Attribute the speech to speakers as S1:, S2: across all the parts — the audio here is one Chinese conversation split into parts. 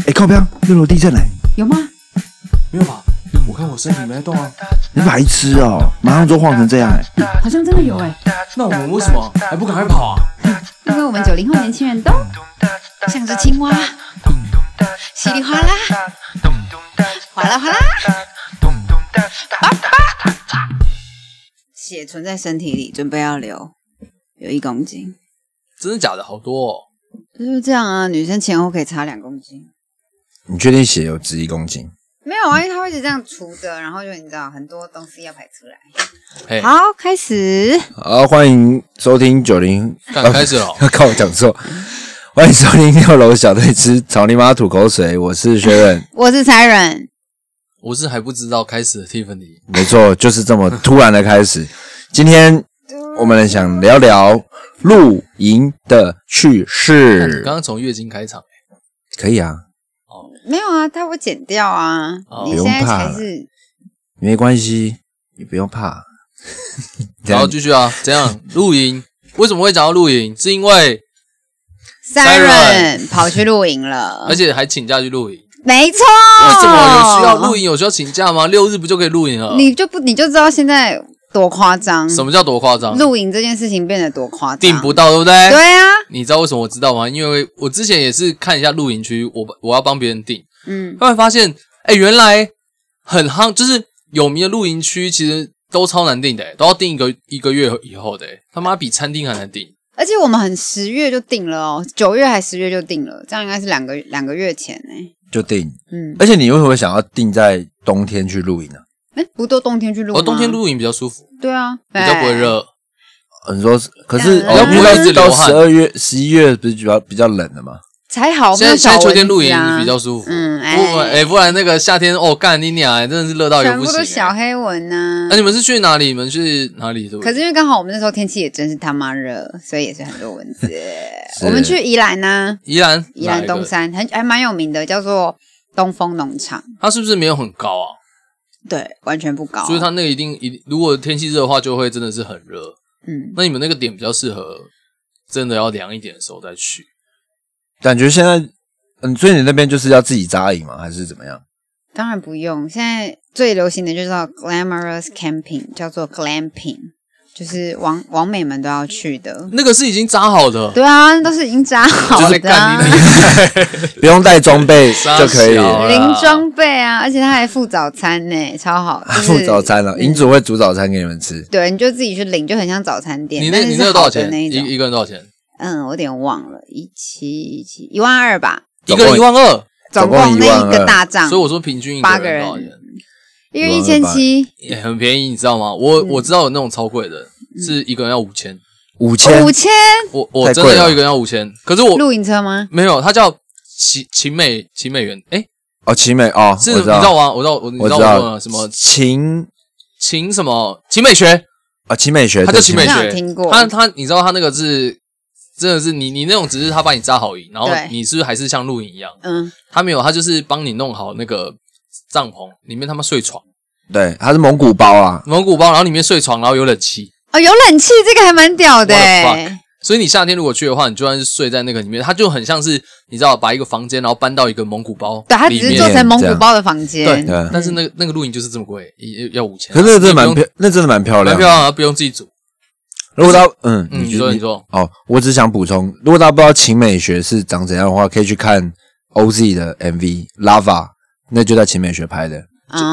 S1: 靠边，6楼地震嘞！
S2: 有吗？
S3: 没有吧？我看我身体没在动啊。
S1: 你白痴哦，马上就晃成这样
S2: 好像真的有
S3: 那我们为什么还不赶快跑啊？
S2: 因为我们90后年轻人都像只青蛙，稀里哗啦，哗啦哗啦，血存在身体里，准备要流，有1公斤。
S3: 真的假的？好多哦。
S2: 就是这样啊，女生前后可以差2公斤。
S1: 你确定血有值1公斤？
S2: 没有啊，因为它会一直这样除着，然后就你知道很多东西要排出来。
S3: Hey.
S2: 好，开始。
S1: 好，欢迎收听90。
S3: 开始了。
S1: 靠，我讲错。欢迎收听6楼小队吃草泥马吐口水，我是Sharon，
S2: 我是Siren，
S3: 我是还不知道开始的 Tiffany。
S1: 没错，就是这么突然的开始。今天我们想聊聊露营的趣事。
S3: 刚刚从月经开场。
S1: 可以啊。
S2: 没有啊，他会剪掉啊。你现在才是
S1: 没关系，你不用怕。
S3: 然后继续啊，怎样？露营为什么会讲到露营？是因为
S2: Siren 跑去露营了，
S3: 而且还请假去露营。
S2: 没错。
S3: 为什么有需要露营？有需要请假吗？6日不就可以露营了？
S2: 你就知道现在多夸张。
S3: 什么叫多夸张？
S2: 露营这件事情变得多夸张，
S3: 订不到，对不对？
S2: 对啊。
S3: 你知道为什么我知道吗？因为我之前也是看一下露营区，我要帮别人订，后来发现，原来很夯，就是有名的露营区其实都超难订的，都要订一个月以后的，他妈比餐厅还难订。
S2: 而且我们10月就订了哦，9月还10月就订了，这样应该是两个月前
S1: 就订。而且你为什么会想要订在冬天去露营呢？
S2: 不都冬天去露吗？
S3: 冬天露营比较舒服。
S2: 对啊，
S3: 比较不会热。
S1: 你说，可是
S3: 比较不会一直流汗。
S1: 到12月、11月不是比较冷的吗？
S2: 才好，
S3: 现在秋天露营比较舒服。不然那个夏天干你娘，真的是热到也不行。
S2: 全部都小黑蚊啊！
S3: 你们是去哪里？你们去哪里？
S2: 可是因为刚好我们那时候天气也真是他妈热，所以也是很多蚊子。我们去宜兰呢，宜兰东山还蛮有名的，叫做东风农场。
S3: 它是不是没有很高啊？
S2: 对，完全不高。
S3: 所以它那个一定，如果天气热的话，就会真的是很热。那你们那个点比较适合，真的要凉一点的时候再去。
S1: 感觉现在，所以你那边就是要自己扎营吗？还是怎么样？
S2: 当然不用，现在最流行的就叫 glamorous camping， 叫做 glamping， 就是网美们都要去的。
S3: 那个是已经扎好的。
S2: 对啊，都是已经扎好的，
S1: 不用带装备就可以，
S2: 零装备啊，而且他还附早餐呢，超好。
S1: 附早餐了，营主会煮早餐给你们吃。
S2: 对，你就自己去领，就很像早餐店。
S3: 你那个多少钱？一个人多少钱？
S2: 我有点忘了，11200吧，
S3: 一个人12000，
S2: 总共那一个大帐，
S3: 所以我说平均一个人多少钱？
S2: 一个人1700，
S3: 也很便宜，你知道吗？我知道有那种超贵的，是一个人要5000，我真的要一个人要5000，可是我
S2: 露营车吗？
S3: 没有，它叫秦美园，
S1: 秦美哦，
S3: 是你知道吗？我知道什么秦什么秦美学
S1: 啊，秦美学，
S3: 它叫秦美学，
S2: 听过。
S3: 它你知道它那个是。真的是你那种只是他帮你扎好营，然后你是不是还是像露营一样？他没有，他就是帮你弄好那个帐篷，里面他妈睡床。
S1: 对，它是蒙古包啊，
S3: 蒙古包，然后里面睡床，然后有冷气。
S2: 有冷气，这个还蛮屌的
S3: 所以你夏天如果去的话，你就算是睡在那个里面，它就很像是你知道把一个房间，然后搬到一个蒙古包。
S2: 对，它只是做成蒙古包的房间。
S3: 对，但是那个露营就是这么贵，要5000。
S1: 可是那真的蛮漂亮，
S3: 蛮漂亮的，不用自己煮。
S1: 如果大家
S3: 你说
S1: 我只想补充，如果大家不知道秦美学是长怎样的话，可以去看 OZ 的 MV Lava， 那就在秦美学拍的。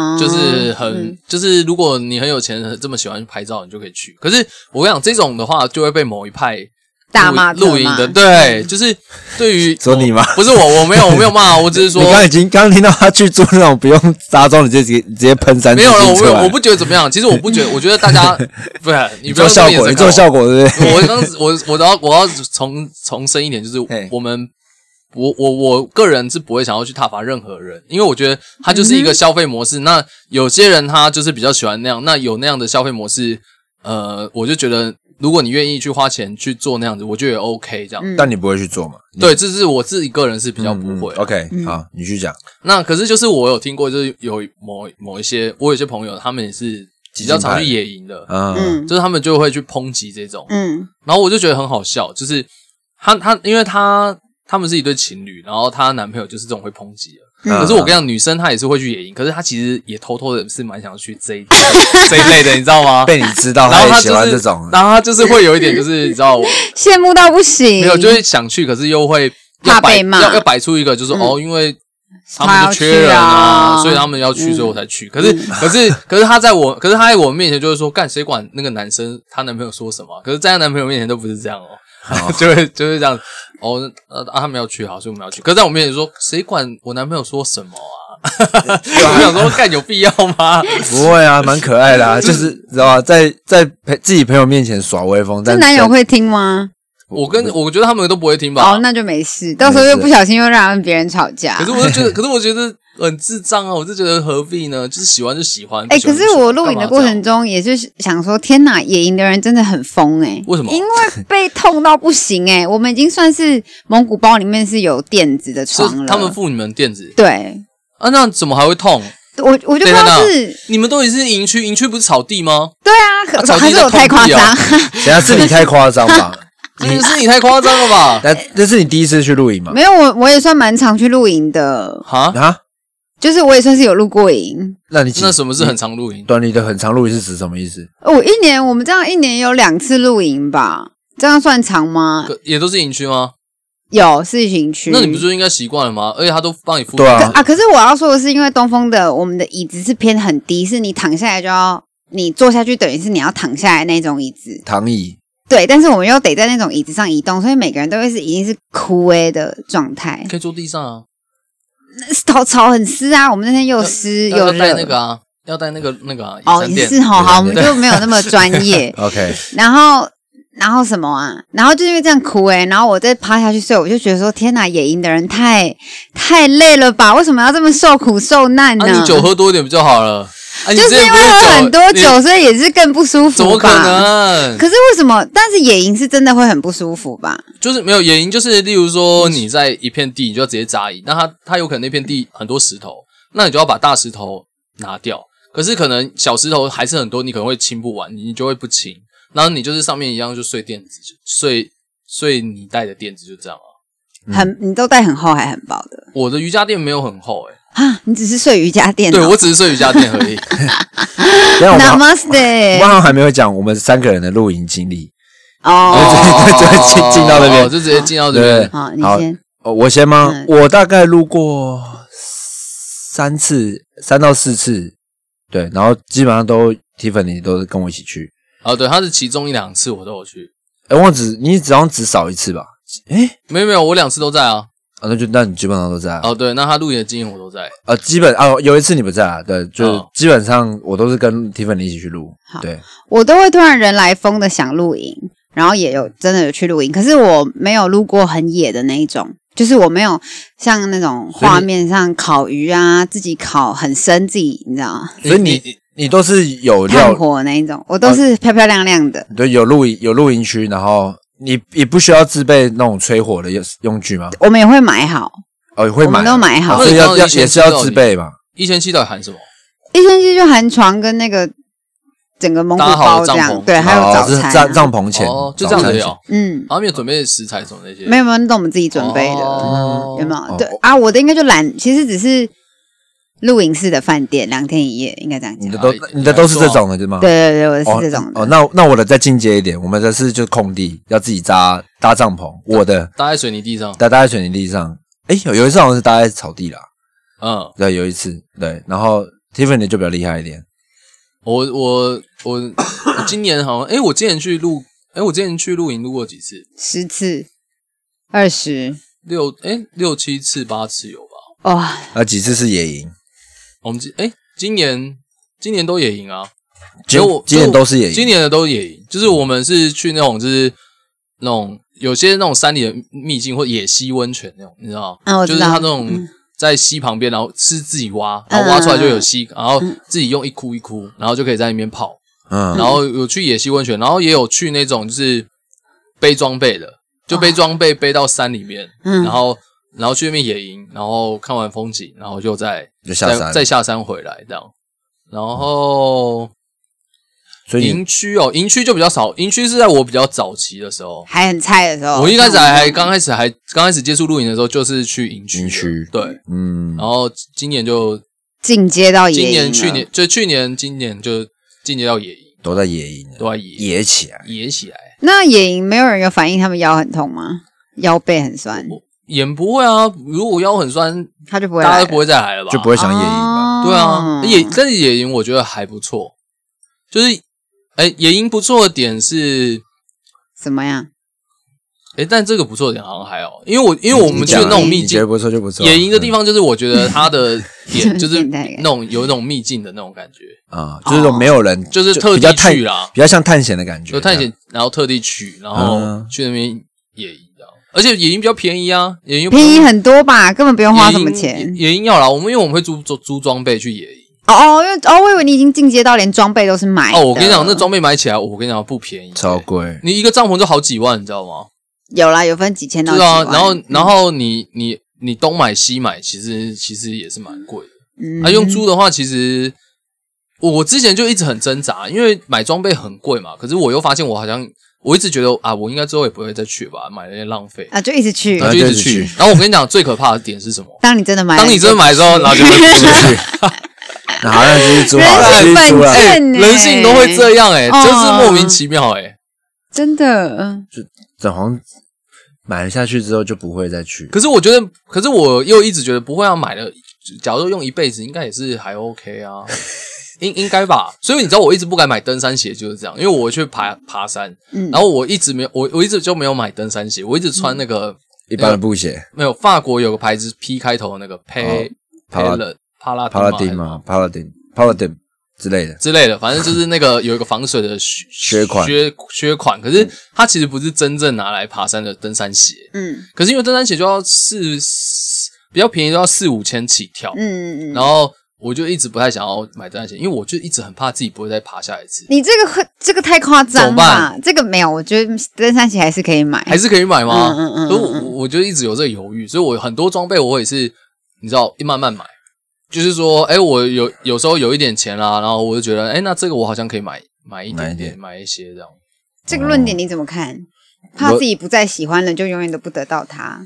S3: 就是如果你很有钱，这么喜欢拍照，你就可以去。可是我跟你讲，这种的话就会被某一派
S2: 大骂
S3: 露营的，对，就是对于
S1: 说你吗？
S3: 不是我没有骂，我只是说
S1: 你刚听到他去做那种不用扎装，你就直接喷3次。
S3: 没有了，我不觉得怎么样。其实我不觉得，我觉得大家不是你
S1: 做效果，你做效果对不
S3: 对？我要重申一点，就是我个人是不会想要去挞伐任何人，因为我觉得它就是一个消费模式。那有些人他就是比较喜欢那样，那有那样的消费模式，我就觉得。如果你愿意去花钱去做那样子，我觉得也 OK 这样。
S1: 但你不会去做嘛？
S3: 对，这是我自己个人是比较不会。
S1: OK，好，你去讲。
S3: 那可是就是我有听过，就是有某一些，我有些朋友他们也是比较常去野营的，就是他们就会去抨击这种，然后我就觉得很好笑，就是他因为他他们是一对情侣，然后她男朋友就是这种会抨击的。可是我跟你讲，女生她也是会去野营，可是她其实也偷偷的是蛮想去这一类的，你知道吗？
S1: 被你知道，然后她喜欢这种，
S3: 然后她就是会有一点就是你知道，
S2: 羡慕到不行，
S3: 没有就会想去，可是又会
S2: 怕被骂，
S3: 要摆出一个就是因为他们就缺人啊，所以他们要去，所以我才去。可是她在我面前就是说，干谁管那个男生她男朋友说什么？可是在她男朋友面前都不是这样就是这样他们要去好，所以我们要去。可是在我面前说，谁管我男朋友说什么啊？我想说，干有必要吗？
S1: 不会啊，蛮可爱的啊，就是知道吧，在自己朋友面前耍威风。
S2: 这男友会听吗？
S3: 我觉得他们都不会听吧。
S2: 那就没事。到时候又不小心又让别人吵架。
S3: 可是我觉得很智障啊！我就觉得何必呢？就是喜欢就喜欢。
S2: 可是我录影的过程中也是想说，天哪，野营的人真的很疯
S3: 为什么？
S2: 因为被痛到不行我们已经算是蒙古包里面是有垫子的床了。
S3: 他们付你们垫子？
S2: 对。
S3: 那怎么还会痛？
S2: 我就不知道是
S3: 你们都已经是营区，营区不是草地吗？
S2: 对啊，还是我太夸张？
S1: 等下是你太夸张吧？
S3: 是你太夸张了吧？
S1: 这是你第一次去露营吗？
S2: 没有，我也算蛮常去露营的。就是我也算是有露过营。
S3: 那什么是很常露营？
S1: 对，你的很常露营是指什么意思？
S2: 我们这样一年有2次露营吧？这样算长吗？
S3: 也都是营区吗？
S2: 有是营区。
S3: 那你不是应该习惯了吗？而且他都帮你付。
S1: 对啊。
S2: 可是我要说的是，因为东风的我们的椅子是偏很低，是你躺下来就要你坐下去，等于是你要躺下来那种椅子。
S1: 躺椅。
S2: 对，但是我们又得在那种椅子上移动，所以每个人都会已经是枯萎的状态。
S3: 可以坐地上啊。
S2: 草很湿啊，我们那天又湿又热。
S3: 要带那个啊，要带那个啊。
S2: 也是好，我们就没有那么专业。
S1: OK。
S2: 然后什么啊？然后就因为这样哭然后我再趴下去睡，我就觉得说天哪，野营的人太累了吧？为什么要这么受苦受难呢？
S3: 你酒喝多一点不就好了？
S2: 就是因为喝很多酒，所以也是更不舒服吧？
S3: 怎么可能？
S2: 可是为什么？但是野营是真的会很不舒服吧？
S3: 就是没有野营，就是例如说你在一片地，你就要直接扎营，那它有可能那片地很多石头，那你就要把大石头拿掉。可是可能小石头还是很多，你可能会清不完，你就会不清。然后你就是上面一样就睡垫子，睡你带的垫子就这样啊。
S2: 你都带很厚还很薄的？
S3: 我的瑜伽垫没有很厚
S2: 你只是睡瑜伽垫？
S3: 对，我只是睡瑜伽垫而已。
S2: Namaste。
S1: 我还没有讲我们3个人的露营经历
S2: 就
S1: 进到那边，
S3: 就直接进到这边。
S2: 好，你先。
S1: 我先吗？我大概录过3到4次，对，然后基本上都 Tiffany 都是跟我一起去。
S3: 对，他是其中1-2次我都有去。
S1: 你只少1次吧？
S3: 没有，我2次都在啊。
S1: 那你基本上都在啊。
S3: 对，那他露营的经验我都在。
S1: 有一次你不在啊，对，就基本上我都是跟 Tiffany 一起去录。对，
S2: 我都会突然人来疯的想露营，然后也真的有去露营，可是我没有录过很野的那一种，就是我没有像那种画面上烤鱼啊，自己烤很深，自己你知道吗？
S1: 所以你都是有
S2: 炭火那一种，我都是漂漂亮亮的。
S1: 对，有露营区，然后你也不需要自备那种吹火的用具吗？
S2: 我们也会买好。
S1: 会买，
S2: 我们都买好，
S1: 所以也是要自备嘛。
S3: 1700到底含什么
S2: ？1700就含床跟那个整个蒙古包这样，对，还有早餐、
S1: 帐篷钱
S3: 就这样子有。
S2: 然
S3: 后没有准备食材什么那些，
S2: 没有，那都我们自己准备的，有没有？对啊，我的应该就懒，其实只是露营式的饭店2天1夜，应该这样讲。
S1: 你的都是这种的对吗？
S2: 对，我的是这种的。
S1: 那我的再进阶一点，我们的是就空地，要自己搭帐篷。我的
S3: 搭在水泥地上，
S1: 搭在水泥地上。有一次好像是搭在草地啦。对，有一次对，然后 Tiffany 就比较厉害一点。
S3: 我今年好像我之前去露营录过几次
S2: ？10次、20、
S3: 6、7次、8次有吧？
S1: 哇，几次是野营？
S3: 我们今年都野营啊。
S1: 今年都是野营，
S3: 今年的都野营，就是我们是去那种就是那种有些那种山里的秘境或野溪温泉那种，你知道吗？就是它那种在溪旁边，然后是自己挖，然后挖出来就有溪，然后自己用一窟一窟，然后就可以在那边泡。然后有去野溪温泉，然后也有去那种就是背装备的，就背装备背到山里面，然后去那边野营，然后看完风景，然后就再下山回来这样。然后
S1: 所以
S3: 营区就比较少，营区是在我比较早期的时候，
S2: 还很菜的时候。
S3: 我一开始刚开始接触露营的时候，就是去营区。对，然后今年就
S2: 进阶到野营了。
S3: 今年就进阶到野营，
S1: 都在野营，
S3: 都在
S1: 野起来。
S2: 那野营没有人有反映他们腰很痛吗？腰背很酸？
S3: 也不会啊，如果腰很酸，
S2: 他就不会，
S3: 大家都不会再来了吧？
S1: 就不会想野营吧？
S3: 对啊，但是野营我觉得还不错，就是野营不错的点是
S2: 什么样？
S3: 但这个不错的点好像还好，因为我们去的那种秘境，
S1: 你觉得不错就不错。
S3: 野营的地方就是我觉得它的点就是那种有那种秘境的那种感觉
S1: 啊，就是说没有人，
S3: 就是特地去啦，
S1: 比较像探险的感觉，
S3: 就探险，然后特地去，然后去那边野营这样，而且野营比较便宜啊，野营
S2: 便宜很多吧，根本不用花什么钱。
S3: 野营要啦，因为我们会租装备去野营。
S2: 我以为你已经进阶到连装备都是买的。
S3: 我跟你讲，那装备买起来，我跟你讲不便宜，
S1: 超贵。
S3: 你一个帐篷就好几万，你知道吗？
S2: 有啦，有分几千到几万。
S3: 然后你东买西买，其实也是蛮贵的。用租的话，其实我之前就一直很挣扎，因为买装备很贵嘛。可是我又发现我一直觉得我应该之后也不会再去吧，买了有点浪费
S2: 就一直去，
S3: 就一直去。然后我跟你讲，最可怕的点是什么？
S2: 当你真的买
S3: 的时候，然后就会出去。
S1: 好像就是租好了，
S3: 人性都会这样真是莫名其妙
S2: 真的。
S1: 就好像买了下去之后就不会再去。
S3: 可是我又一直觉得不会买了，假如说用一辈子，应该也是还 OK 啊，应该吧。所以你知道我一直不敢买登山鞋就是这样，因为我去爬山，然后我一直就没有买登山鞋，我一直穿那个
S1: 一般的布鞋。
S3: 没有，法国有个牌子 P 开头的那个
S1: Paladin 之类的，
S3: 反正就是那个有一个防水的靴款，可是它其实不是真正拿来爬山的登山鞋，可是因为登山鞋就要比较便宜，都要4-5千起跳，然后我就一直不太想要买登山鞋，因为我就一直很怕自己不会再爬下来一次。
S2: 你这个太夸张了，这个没有，我觉得登山鞋还是可以买，
S3: 吗？所以我就一直有这个犹豫，所以我很多装备我也是你知道慢慢买。就是说，我有时候有一点钱啦，然后我就觉得，那这个我好像可以买一点点，买一些这样。
S2: 这个论点你怎么看？怕自己不再喜欢了，就永远都不得到它。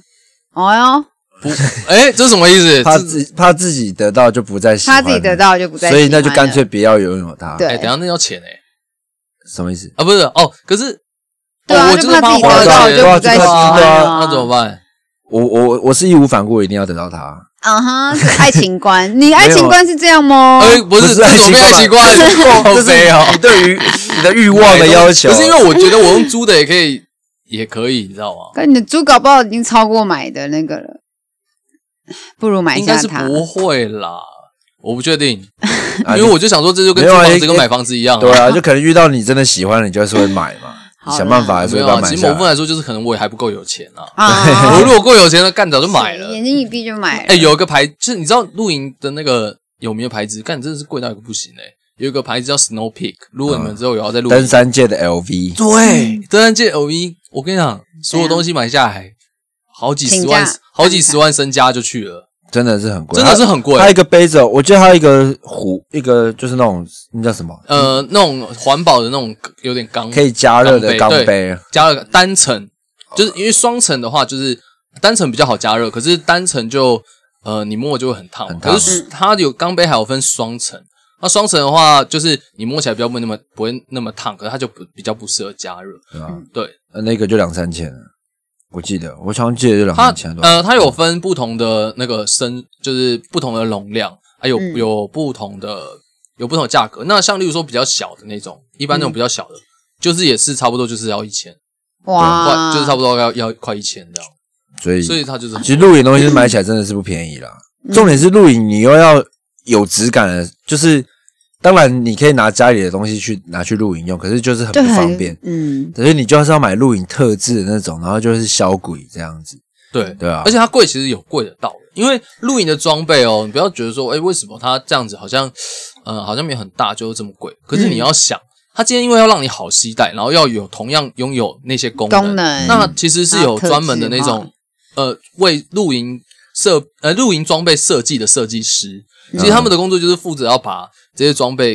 S3: 这是什么意思？
S1: 怕自己得到就不再喜欢，
S2: 怕自己得到就不再喜欢，
S1: 所以那就干脆不要拥有它。
S2: 对，
S3: 等一下那要钱
S1: 什么意思
S3: 啊？不是可是
S2: 我
S3: 就是
S2: 怕自己得到就不再喜欢
S3: 那怎么办？
S1: 我是义无反顾一定要得到它。
S2: 是爱情观，你爱情观是这样吗？
S3: 不是爱情观，
S1: 这是你对于你的欲望的要求。
S3: 可是因为我觉得我用租的也可以，你知道吗？
S2: 可你的租搞不好已经超过买的那个了，不如买下它。
S3: 应该是不会啦，我不确定，因为我就想说，这就跟租房子跟买房子一样。
S1: 对啊，就可能遇到你真的喜欢的，你就是会买嘛。想办法还是要买下来。
S3: 其实某部分来说，就是可能我也还不够有钱啊。我如果够有钱了，干早就买了，
S2: 眼睛一闭就买了。
S3: 有一个牌，就是你知道露营的那个有名的牌子，干真的是贵到一个不行有一个牌子叫 Snow Peak， 如果你们之后有要在露营，
S1: 登山界的 LV，
S3: 对，登山界 LV， 我跟你讲，所有东西买下来，好几十万身家就去了。
S1: 真的是很贵，
S3: 真的是很贵。
S1: 它一个杯子，我记得它一个一个就是那种那叫什么？
S3: 那种环保的那种有点钢，
S1: 可以加热的钢杯，
S3: 加热单层，就是因为双层的话，就是单层比较好加热，可是单层就你摸就会很烫。可是它有钢杯还有分双层，那双层的话，就是你摸起来比较不会那么烫，可是它就比较不适合加热。对，
S1: 那个就2-3千。我记得，我常常记得就2-3千多。
S3: 它有分不同的那个就是不同的容量，还有不同的价格。那像例如说比较小的那种，一般那种比较小的，就是也是差不多就是要1000，哇，就是差不多要快1000这样。所以它就是
S1: 其实露营东西买起来真的是不便宜啦。重点是露营你又要有质感的，就是当然你可以拿家里的东西拿去露营用，可是就是很不方便。所以你就是要买露营特制的那种，然后就是小鬼这样子。
S3: 对
S1: 啊，
S3: 而且它贵其实有贵的道理，因为露营的装备你不要觉得说，为什么它这样子好像没有很大就是这么贵？可是你要想，它今天因为要让你好携带，然后要有同样拥有那些功能，那其实是有专门的那种为露营装备设计的设计师。其实他们的工作就是负责要把这些装备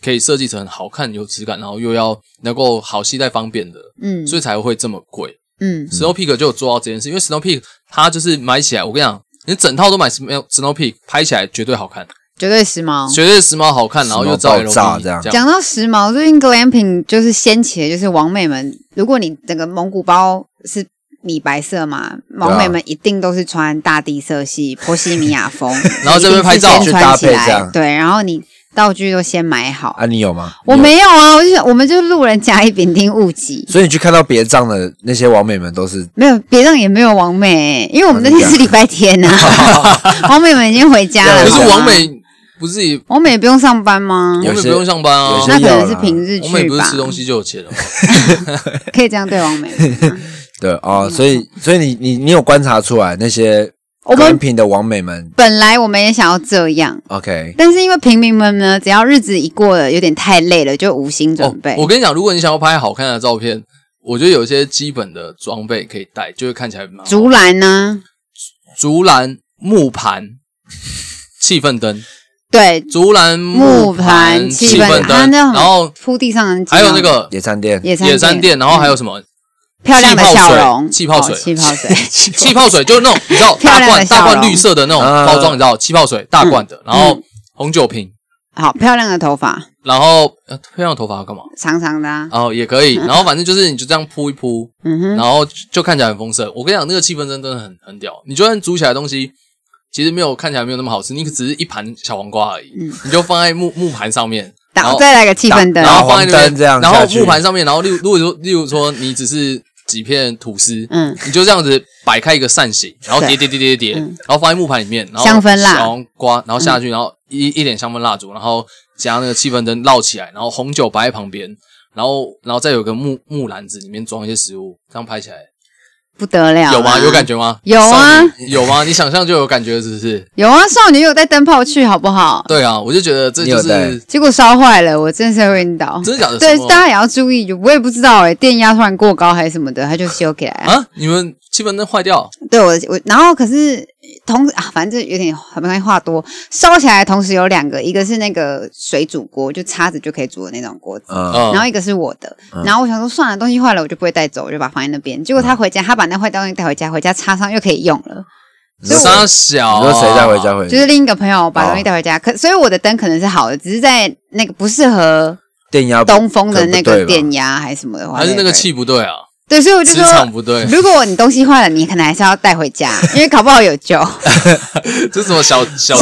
S3: 可以设计成好看有质感，然后又要能够好携带方便的，所以才会这么贵。Snow Peak 就有做到这件事，因为 Snow Peak 它就是买起来，我跟你讲，你整套都买 Snow Peak， 拍起来绝对好看，
S2: 绝对时髦，
S3: 绝对时髦好看，然后又照 LV 这样。
S2: 讲到时髦，最近 glamping 就是掀起的，就是网美们，如果你整个蒙古包是米白色嘛，网美们一定都是穿大地色系、波西米亚风，
S3: 然后这边拍照
S2: 去搭配这样，对，然后你道具都先买好
S1: 啊？你有吗？
S2: 我没有啊，我们就路人甲乙丙丁戊己，
S1: 所以你去看到别帐的那些网美们都是
S2: 没有，别帐也没有网美，因为我们那天是礼拜天啊，网美们已经回家了。
S3: 可是网美不是也
S2: 网美不用上班吗？
S3: 网美不用上班啊，
S2: 那可能是平日去吧。
S3: 网美不是吃东西就有钱了吗？
S2: 可以这样对网美。
S1: 对哦，所以你有观察出来那些。我们平的网美们，
S2: 本来我们也想要这样
S1: ，OK，
S2: 但是因为平民们呢，只要日子一过了，有点太累了，就无心准备。
S3: 我跟你讲，如果你想要拍好看的照片，我觉得有一些基本的装备可以带，就会看起来蛮好。
S2: 竹篮呢？
S3: 竹篮、木盘、气氛灯。
S2: 对，
S3: 竹篮、木盘、气氛灯，然后
S2: 铺地上
S3: 还有那个
S1: 野餐垫，
S3: 然后还有什么？
S2: 漂亮的笑容，
S3: 气泡水，
S2: 气
S3: 泡水就是那种你知道大罐绿色的那种包装，你知道气泡水大罐的，然后红酒瓶，
S2: 好漂亮的头发，
S3: 然后漂亮的头发要干嘛？
S2: 长长的啊，
S3: 哦也可以，然后反正就是你就这样铺一铺，然后就看起来很丰盛。我跟你讲，那个气氛真的很屌，你就算煮起来的东西其实看起来没有那么好吃，你只是一盘小黄瓜而已，你就放在木盘上面。
S2: 然后再来个气氛灯，
S3: 然后放在那边，
S1: 然
S3: 后木盘上面，然后例如说你只是几片吐司，你就这样子摆开一个扇形，然后叠，然后放在木盘里面，然后
S2: 香氛蜡、
S3: 小黄瓜，然后下去，然后一点香氛蜡烛，然后加那个气氛灯绕起来，然后红酒摆在旁边，然后再有个木篮子里面装一些食物，这样拍起来
S2: 不得了，
S3: 有吗？有感觉吗？
S2: 有啊，
S3: 有吗？你想象就有感觉，是不是？
S2: 有啊，少女有带灯泡去，好不好？
S3: 对啊，我就觉得这就是
S2: 结果烧坏了，我真的是会晕倒。
S3: 真的假的？
S2: 对，大家也要注意，我也不知道电压突然过高还是什么的，它就修起来
S3: 啊！你们气氛灯坏掉？
S2: 对我，然后可是反正有点没关系，话多。烧起来的同时有两个，一个是那个水煮锅，就叉子就可以煮的那种锅子，然后一个是我的。然后我想说，算了，东西坏了我就不会带走，我就把它放在那边。结果他回家，他把那坏掉东西带回家，回家插上又可以用了。
S3: 傻小，
S1: 你说谁带回家？
S2: 就是另一个朋友把东西带回家，所以我的灯可能是好的，只是在那个不适合
S1: 电压
S2: 东风的那个电压还是什么的话，
S3: 还是那个气不对啊？
S2: 对，所以我就说，
S3: 磁场不对。
S2: 如果你东西坏了，你可能还是要带回家，因为搞不好有救。
S3: 这什么小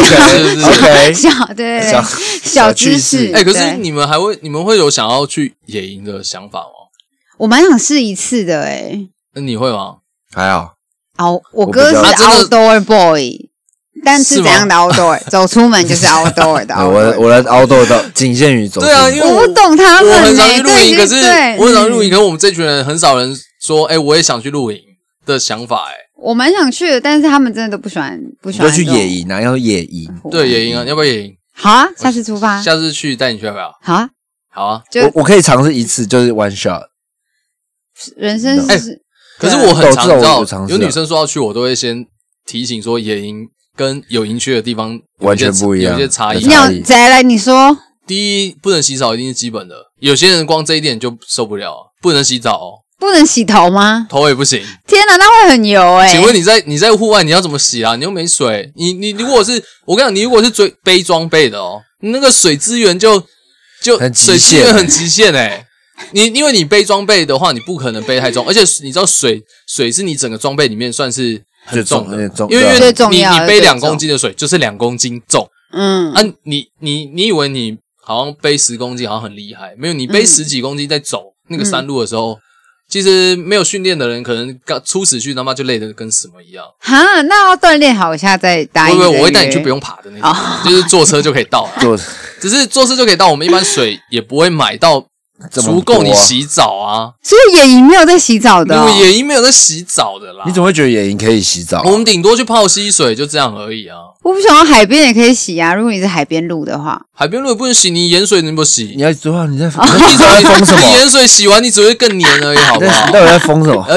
S1: ？OK，
S2: 对，小知识。
S3: 可是你们会有想要去野营的想法吗？
S2: 我蛮想试一次的，
S3: 那你会吗？
S1: 还好。
S2: 我哥是 outdoor boy， 但是怎样的 outdoor？ 走出门就是 outdoor 的。
S1: 我的 outdoor 的仅限于走出门。
S3: 对啊，因为
S2: 我不懂他们。
S3: 我很常去露营，可是我很常去露营，可是我们这群人很少人说，我也想去露营的想法，
S2: 我蛮想去的，但是他们真的都不喜欢。
S1: 就去野营啊，要野营。
S3: 对，野营啊，要不要野营？
S2: 好啊，下次出发。
S3: 下次去带你去要不要？
S2: 好啊，
S3: 好啊。
S1: 我可以尝试一次，就是 one shot。
S2: 人生是。
S3: 可是我很常知道，有女生说要去，我都会先提醒说，野营跟有营区的地方
S1: 完全不一样，
S2: 有
S3: 些差异。
S2: 再来，你说，
S3: 第一，不能洗澡一定是基本的，有些人光这一点就受不了，不能洗澡
S2: 不能洗头吗？
S3: 头也不行。
S2: 天哪，那会很油
S3: 请问你在户外你要怎么洗啊？你又没水，你如果是我跟你讲，你如果是背装备的你那个水资源就水资源很极限因为你背装备的话，你不可能背太重，而且你知道水是你整个装备里面算是很重的，因为你背2公斤的水就是2公斤重，你以为你好像背10公斤好像很厉害，没有，你背10几公斤在走那个山路的时候，其实没有训练的人可能初始去他妈就累得跟什么一样。
S2: 哈，那要锻炼好一下再答应。
S3: 我会带你去不用爬的那种，就是坐车就可以到了，只是坐车就可以到，我们一般水也不会买到足够你洗澡啊，
S2: 所以野营没有在洗澡的，
S3: 野营没有在洗澡的啦。
S1: 你怎么会觉得野营可以洗澡？
S3: 我们顶多去泡溪水，就这样而已啊。
S2: 我不想要海边也可以洗啊，如果你是海边路的话，
S3: 海边路也不能洗，你盐水能不洗？
S1: 你要说话，你在
S3: 疯
S1: 什么？
S3: 你盐水洗完，你只会更黏而已，好不好？
S1: 你到底在疯什么？
S3: 而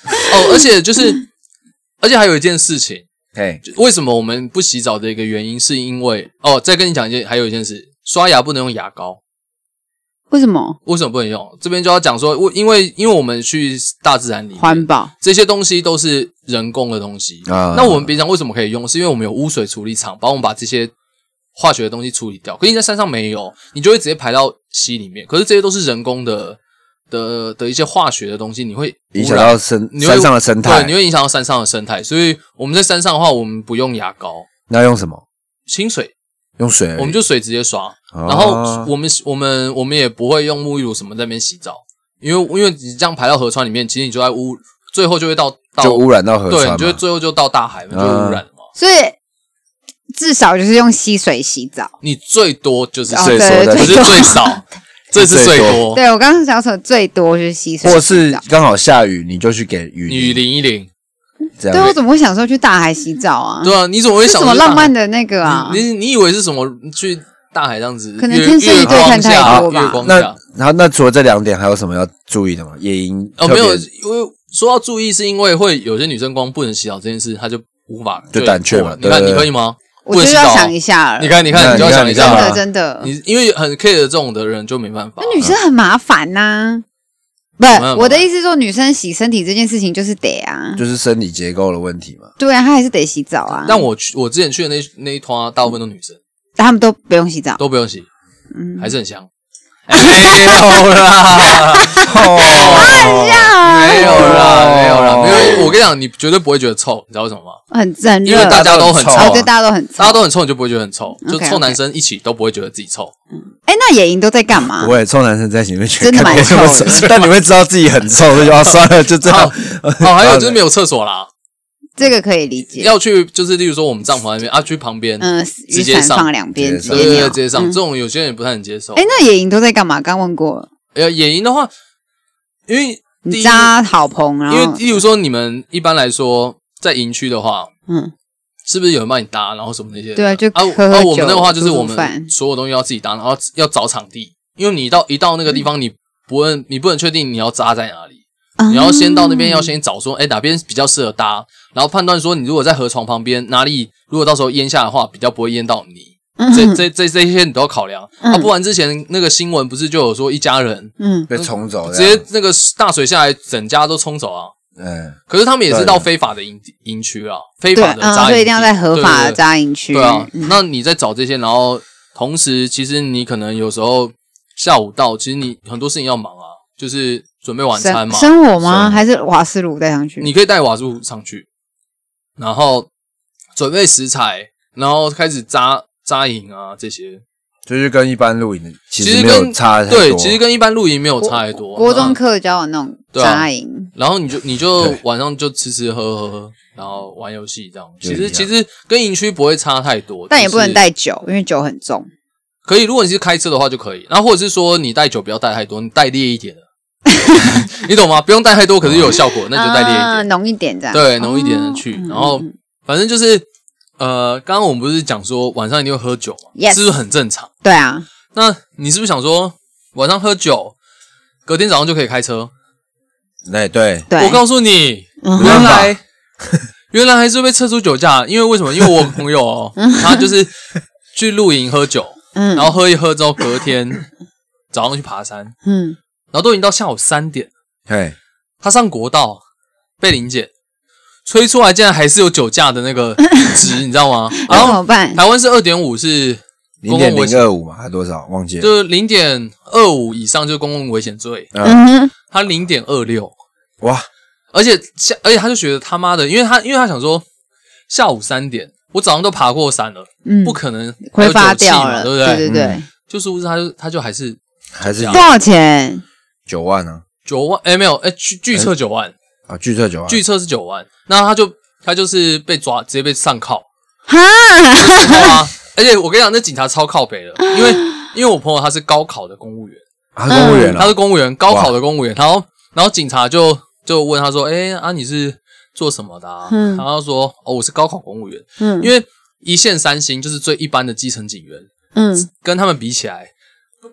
S3: 且还有一件事情，为什么我们不洗澡的一个原因，是因为再跟你讲还有一件事，刷牙不能用牙膏。
S2: 为什么？
S3: 为什么不能用？这边就要讲说，因为我们去大自然里面，
S2: 环保
S3: 这些东西都是人工的东西那我们平常为什么可以用？是因为我们有污水处理厂，帮我们把这些化学的东西处理掉。可是你在山上没有，你就会直接排到溪里面。可是这些都是人工的一些化学的东西，你会
S1: 影响到山上的生态，
S3: 对，你会影响到山上的生态。所以我们在山上的话，我们不用牙膏，
S1: 那用什么？
S3: 清水。
S1: 用水而已，
S3: 我们就水直接刷，然后我们也不会用沐浴乳什么在那边洗澡，因为你这样排到河川里面，其实你就在最后就会到
S1: 就污染到河川，
S3: 对，你就会最后就到大海嘛，就污染了嘛。
S2: 所以至少就是用溪水洗澡，
S3: 你最多就是
S1: 最多，
S3: 不是最少，这是最多。
S2: 对，我刚刚想说最多就是溪水洗澡，
S1: 或是刚好下雨，你就去给雨淋
S3: 一淋。
S2: 对，我怎么会想说去大海洗澡啊？
S3: 对啊，你怎么会想
S2: 什么浪漫的那个啊？
S3: 你以为是什么去大海这样子？
S2: 可能天生一对看太多吧。
S1: 那除了这2点，还有什么要注意的吗？野营
S3: 没有，因为说要注意，是因为会有些女生光不能洗澡这件事，她就无法
S1: 就胆怯嘛。
S3: 你看你可以吗？
S2: 我就要想一下了。
S3: 你看，你就要想一下，
S2: 真的。
S3: 你因为很 care 这种的人就没办法。
S2: 那女生很麻烦呐。不是我的意思，说女生洗身体这件事情就是得啊，
S1: 就是生理结构的问题嘛。
S2: 对啊，她还是得洗澡啊。
S3: 但我之前去的那一团大部分都女生，
S2: 他们都不用洗澡，
S3: 都不用洗，还是很香。
S1: 没有啦，
S3: 没有啦，没有。我跟你讲，你绝对不会觉得臭，你知道为什么吗？
S2: 很热，
S3: 因为大家都很臭，
S2: 对，大家都很臭，
S3: 大家都很臭，你就不会觉得很臭。就臭男生一起都不会觉得自己臭。
S2: 那野营都在干嘛？
S1: 不会，臭男生在一起会觉得
S2: 真的蛮臭的，
S1: 但你会知道自己很臭，所以就算了，就这样。
S3: 还有就是没有厕所啦。
S2: 这个可以理解，
S3: 要去就是例如说我们帐篷那边去旁边，直接上
S2: 放两边，
S3: 对，直接上。这种有些人不太能接受。
S2: 那野营都在干嘛？刚问过了。
S3: 野营的话，因为
S2: 你扎好棚，然后
S3: 因为例如说你们一般来说在营区的话，是不是有人帮你搭，然后什么那些？
S2: 对，就
S3: 我们那个话就是我们所有东西要自己搭，然后要找场地，因为你一到那个地方，你不能确定你要扎在哪里。你要先到那边，要先找说，哪边比较适合搭，然后判断说，你如果在河床旁边哪里，如果到时候淹下的话，比较不会淹到你。这些你都要考量。不然之前那个新闻不是就有说一家人
S1: 被冲走，
S3: 直接那个大水下来，整家都冲走啊。可是他们也是到非法的营区啊，非法的扎营区，
S2: 所以一定要在合法的扎营区。
S3: 对啊，那你在找这些，然后同时其实你可能有时候下午到，其实你很多事情要忙啊，就是准备晚餐嘛。
S2: 生火吗？还是瓦斯炉带上去？
S3: 你可以带瓦斯炉上去，然后准备食材，然后开始扎营啊，这些
S1: 就是跟一般露营其实没有差太多。
S3: 对，其实跟一般露营没有差太多。
S2: 国中课教的那种扎营，
S3: 然后你就晚上就吃喝，然后玩游戏这样。其实跟营区不会差太多，
S2: 但也不能带酒，因为酒很重。
S3: 可以，如果你是开车的话就可以。然后或者是说你带酒不要带太多，你带烈一点的。你懂吗？不用带太多，可是有效果，那就带烈一点，
S2: 浓一点这样。
S3: 对，浓一点的去。然后反正就是刚刚我们不是讲说晚上一定会喝酒嘛，
S2: Yes.
S3: 是不是很正常？
S2: 对啊。
S3: 那你是不是想说晚上喝酒，隔天早上就可以开车？
S1: 对，
S3: 我告诉你，原来还是被测出酒驾，因为为什么？因为我朋友他就是去露营喝酒，然后喝一喝之后，隔天早上去爬山，然后都已经到下午3点，他上国道被临检，吹出来竟然还是有酒驾的那个值，你知道吗？然后
S2: 怎么办？
S3: 台湾是 2.5 是
S1: 0.025嘛，还多少忘记了？
S3: 就是 0.25 以上就是公共危险罪，他 0.26，
S1: 哇！
S3: 而且他就觉得他妈的，因为他想说下午3点，我早上都爬过山了，不可能
S2: 挥发掉了，
S3: 对不对？
S2: 对，
S3: 就殊不知他就还是
S1: 多
S2: 少钱
S1: ？9万啊
S3: ，9万没有据测9万
S1: 啊，据测9万，
S3: 据测是9万，那他就是被抓，直接被上铐
S2: 哈，
S3: 而且我跟你讲，那警察超靠北的，因为我朋友他是高考的公务员，他是公务员，高考的公务员，然后警察就问他说，你是做什么的啊？然后说我是高考公务员，因为1线3星就是最一般的基层警员，跟他们比起来，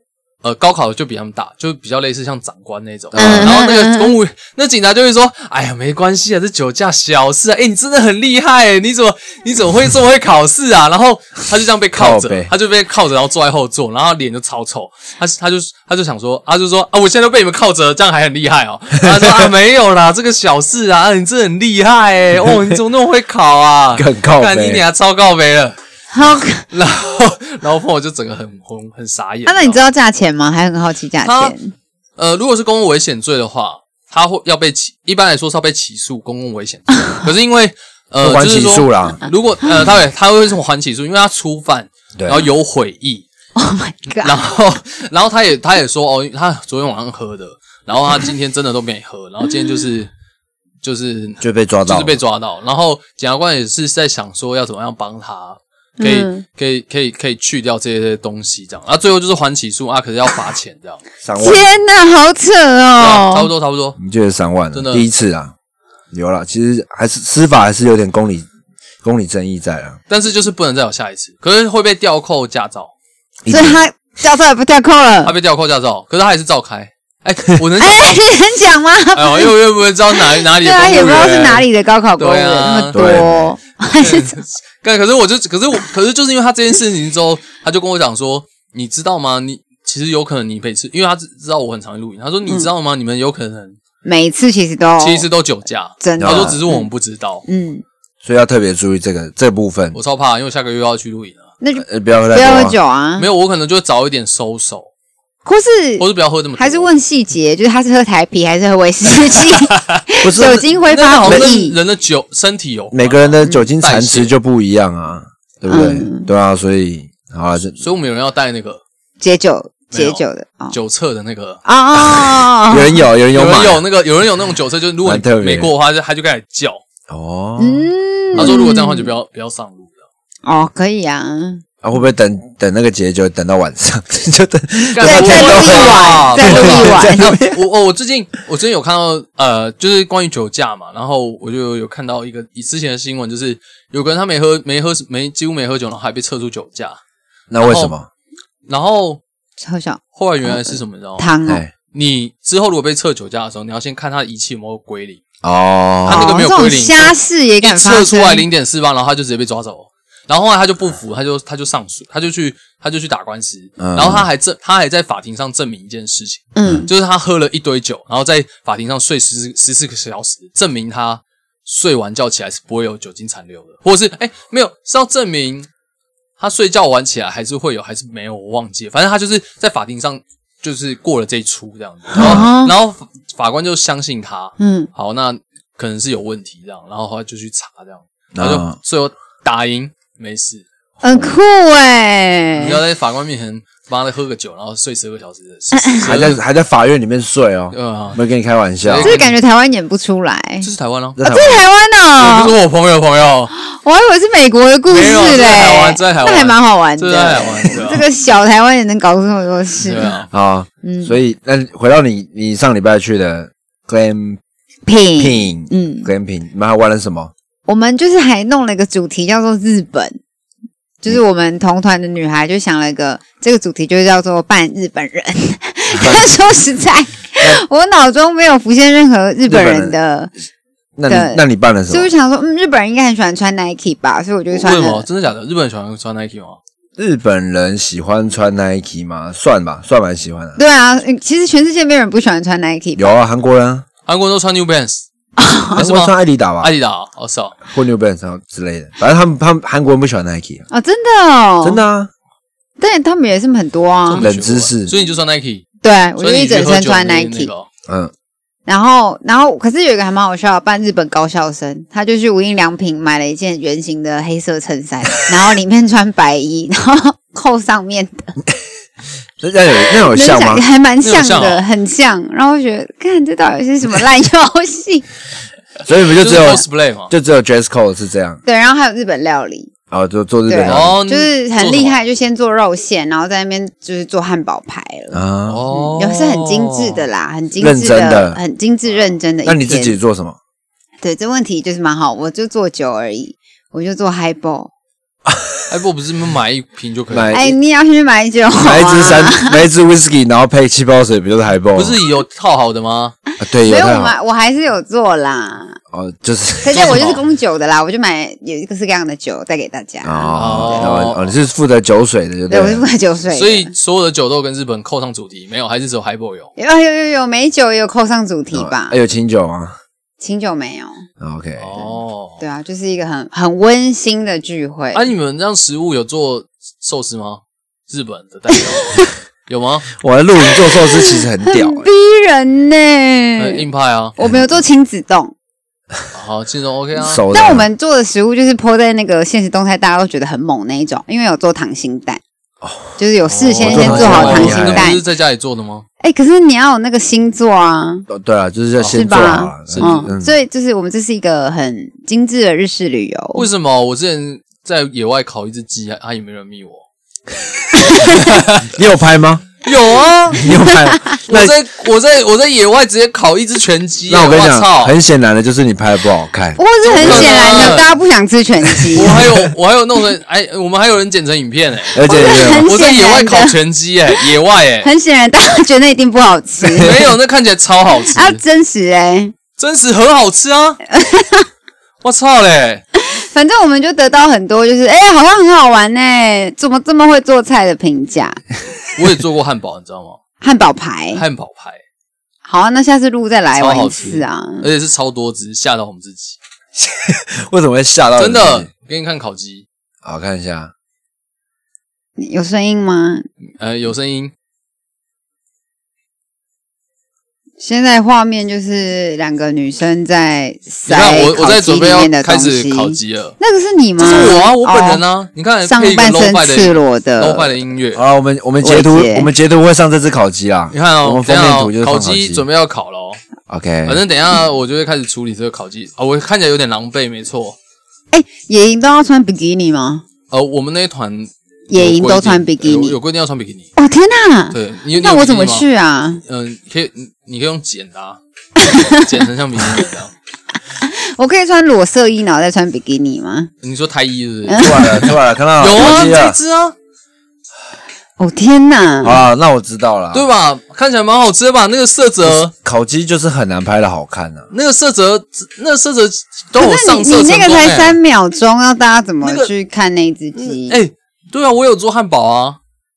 S3: 高考就比他们大，就比较类似像长官那种。然后那个公务员，那警察就会说：“哎呀，没关系啊，这酒驾小事啊，你真的很厉害，你怎么会这么会考试啊？”然后他就这样被铐着，然后坐在后座，然后脸就超丑。他就想说，他就说啊，我现在都被你们铐着，这样还很厉害哦。他说啊，没有啦，这个小事啊，你真的很厉害哦，你怎么那么会考啊？
S1: 很靠北，
S3: 看你俩超靠北了。然后朋友就整个很傻眼。
S2: 那你知道价钱吗？还很好奇价钱。
S3: 如果是公共危险罪的话，他会要被一般来说是要被起诉公共危险罪。可是因为
S1: 还起诉啦，
S3: 如果他会什么还起诉？因为他初犯，然后有悔意。
S2: Oh my god！
S3: 然后他也说哦，他昨天晚上喝的，然后他今天真的都没喝，然后今天就
S1: 被抓到，
S3: 然后检察官也是在想说要怎么样帮他。可以去掉这些东西，这样，然后最后就是还起诉啊，可是要罚钱这样。
S1: 3万！
S2: 天哪，好扯哦！
S3: 差不多。
S1: 你觉得3万了？
S3: 真的
S1: 第一次啊，有啦，其实还是司法还是有点公理争议在啊。
S3: 但是就是不能再有下一次，可是会被吊扣驾照。
S2: 所以他驾照也不吊扣了。
S3: 他被吊扣驾照，可是他还是照开。我能
S2: 你能讲吗？
S3: 因为我又不知道哪里的公务员，
S2: 对啊，也不知道是哪里的高考公务员那么多。
S3: 可是就是因为他这件事情之后，他就跟我讲说，你知道吗？你其实有可能你每次，因为他知道我很常录影，他说你知道吗？你们有可能
S2: 每一次其实都
S3: 酒驾，
S2: 真的。
S3: 他说只是我们不知道，
S1: 所以要特别注意这部分。
S3: 我超怕，因为下个月要去录影了。
S2: 那就
S1: 不要
S2: 喝酒啊！
S3: 没有，我可能就会早一点收手。
S2: 或是
S3: 不要喝这么多，
S2: 还是问细节，就是他是喝台啤还是喝威士忌？酒精挥发不易，
S3: 人的身体有
S1: 每个人的酒精残值就不一样啊，对不对？对啊，所以好了，
S3: 所以我们有人要带那个
S2: 解酒的
S3: 酒测的那个
S2: 啊，
S1: 有人有
S3: 那种酒测，就是如果你没过的话，他就开始叫哦。他说如果这样的话就不要上路了。
S2: 哦，可以啊。
S1: 会不会等那个解酒等到晚上就等
S2: 再录一晚？
S3: 我最近有看到就是关于酒驾嘛，然后我就有看到一个之前的新闻，就是有个人他几乎没喝酒，然后还被测出酒驾。
S1: 那为什么？
S2: 然
S3: 后
S2: 喝小
S3: 后来原来是什么？你知道吗？
S2: 汤哦。
S3: 你之后如果被测酒驾的时候，你要先看他的仪器有没有归零
S1: 哦。
S3: 他那个没有归零，
S2: 瞎事也敢
S3: 测出来0.48，然后他就直接被抓走。然后后来他就不服，他就上诉，他就去打官司，然后他还在法庭上证明一件事情，就是他喝了一堆酒，然后在法庭上睡14个小时，证明他睡完觉起来是不会有酒精残留的，或者是没有是要证明他睡觉完起来还是会有还是没有，我忘记了，反正他就是在法庭上就是过了这一出这样子，然后法官就相信他，好，那可能是有问题这样，然后后来就去查这样，然后就最后打赢。没事，
S2: 很酷
S3: 你要在法官面前帮他喝个酒，然后睡12个小时
S1: 还在法院里面睡哦，没跟你开玩笑，
S2: 这感觉台湾演不出来，
S3: 这是台湾哦，
S2: 这是台湾
S3: 哦，不是我朋友，
S2: 我还以为是美国的故事嘞，
S3: 在台湾，
S2: 那还蛮好玩的，
S3: 在台湾，
S2: 这个小台湾也能搞出这么多事
S1: 啊，所以那回到你上礼拜去的 glamping， glamping， 你们还玩了什么？
S2: 我们就是还弄了一个主题叫做日本，就是我们同团的女孩就想了一个这个主题，就叫做扮日本人。但说实在，我脑中没有浮现任何日本人的。
S1: 那你扮了什么？
S2: 所以我想说，日本人应该很喜欢穿 Nike 吧，所以我就穿了。
S3: 为什么？真的假的？日本人喜欢穿 Nike 吗？
S1: 日本人喜欢穿 Nike 吗？算吧，算蛮喜欢的。
S2: 对啊，其实全世界没有人不喜欢穿 Nike。
S1: 有啊，韩国人
S3: 都穿 New Balance。
S1: 韩国穿艾迪达吧，
S3: 艾迪达哦是哦，
S1: 或 New Balance 之类的，反正他们韩国人不喜欢 Nike
S2: 啊，真的哦，
S1: 真的啊，
S2: 但他们也是很多啊，
S1: 冷知识，
S3: 所以你就穿 Nike，
S2: 对我就一整身穿 Nike，然后可是有一个还蛮好笑的，扮日本高校生，他就去无印良品买了一件圆形的黑色衬衫，然后里面穿白衣，然后扣上面的。
S1: 那有像吗？
S2: 还蛮像的，很像。然后我觉得，看这到底是什么烂游戏？
S1: 所以你们就只有
S3: cosplay 嘛，
S1: 就只有 dress code 是这样。
S2: 对，然后还有日本料理。
S1: 哦，就做日本料理，
S2: 就是很厉害，就先做肉馅，然后在那边就是做汉堡排了。哦，也是很精致的啦，很精致的，很精致认真的。
S1: 那你自己做什么？
S2: 对，这问题就是蛮好，我就做酒而已，我就做 highball。
S3: Highball 不是买一瓶就可以？
S2: 你也要去买酒，
S1: 买一支 whisky， 然后配气泡水，不就是 Highball？
S3: 不是有套好的吗？
S1: 对，有套好。
S2: 没有，我还是有做啦。
S1: 就是，
S2: 而且我就是供酒的啦，我就买有一个各样的酒带给大家。
S1: 你是负责酒水的，
S2: 对，我是负责酒水。
S3: 所以所有的酒都跟日本扣上主题，没有，还是只有 Highball 有？
S2: 有，美酒也有扣上主题吧？
S1: 有清酒吗？
S2: 清酒没有。
S1: OK。
S2: 对啊，就是一个很温馨的聚会。
S3: 你们这样食物有做寿司吗？日本的代表有吗？
S1: 我在露营做寿司其实很屌，
S2: 很逼人呢，
S3: 硬派啊！
S2: 我们有做亲子冻。
S3: 好，亲子冻 OK 啊。
S2: 但我们做的食物就是 po 在那个限时动态，大家都觉得很猛那一种，因为有做溏心蛋，就是有事先做好溏心蛋。
S3: 不是在家里做的吗？
S2: 可是你要有那个星座啊。
S1: 对啊，就是要先做好。
S2: 所以就是我们这是一个很精致的日式旅游。
S3: 为什么我之前在野外烤一只鸡，也没人密我？
S1: 你有拍吗？
S3: 有啊，
S1: 你有拍？
S3: 我在野外直接烤一只全鸡。
S1: 那我跟你讲，很显然的就是你拍的不好看，
S2: 或是很显然的大家不想吃全鸡。
S3: 我还有弄成我们还有人剪成影片
S1: 而且
S3: 我在野外烤全鸡野外
S2: 很显然大家觉得一定不好吃。
S3: 没有，那看起来超好吃。
S2: 真实
S3: 真实很好吃啊！我操嘞！
S2: 反正我们就得到很多，就是好像很好玩呢，怎么这么会做菜的评价。
S3: 我也做过汉堡，你知道吗？
S2: 汉堡排。好啊，那下次录再来玩一次啊！
S3: 而且是超多只，吓到我们自己。
S1: 为什么会吓到你自己？
S3: 真的，给你看烤鸡。
S1: 好，看一下。
S2: 有声音吗？
S3: 有声音。
S2: 现在画面就是两个女生在塞
S3: 我在准备要开始
S2: 烤
S3: 鸡了。
S2: 那个是你吗？
S3: 这是我啊，我本人啊。你看，
S2: 上半身赤裸的
S3: low-fi 的音乐。
S1: 好，我们截图会上这只烤鸡啦。
S3: 你看
S1: 我们封面图就是
S3: 烤鸡准备要烤了哦。
S1: OK，
S3: 反正等一下我就会开始处理这个烤鸡。我看起来有点狼狈，没错。
S2: 野营都要穿比基尼吗？
S3: 我们那一团
S2: 野营都穿比基尼，
S3: 有规定要穿比基尼。
S2: 哦天哪！
S3: 对，
S2: 那我怎么去啊？
S3: 你可以用剪的啊。剪成像比基尼这样，
S2: 我可以穿裸色衣，然后再穿比基尼吗？
S3: 你说胎衣是不是？
S1: 出来了，看到
S3: 有啊，这只啊！
S2: 哦天哪！
S1: 啊，那我知道了，
S3: 对吧？看起来蛮好吃的吧？那个色泽，
S1: 烤鸡就是很难拍的好看啊。
S3: 那个色泽都有上色成功。
S2: 你那个才3秒钟，要大家怎么去看那只鸡？
S3: 对啊，我有做汉堡啊。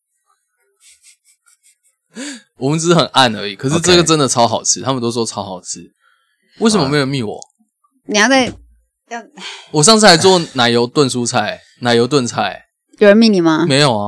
S3: 我们只是很暗而已，可是这个真的超好吃，他们都说超好吃。为什么没有人密我？
S2: 你要
S3: 我上次还做奶油炖蔬菜，奶油炖菜，
S2: 有人密你吗？
S3: 没有啊。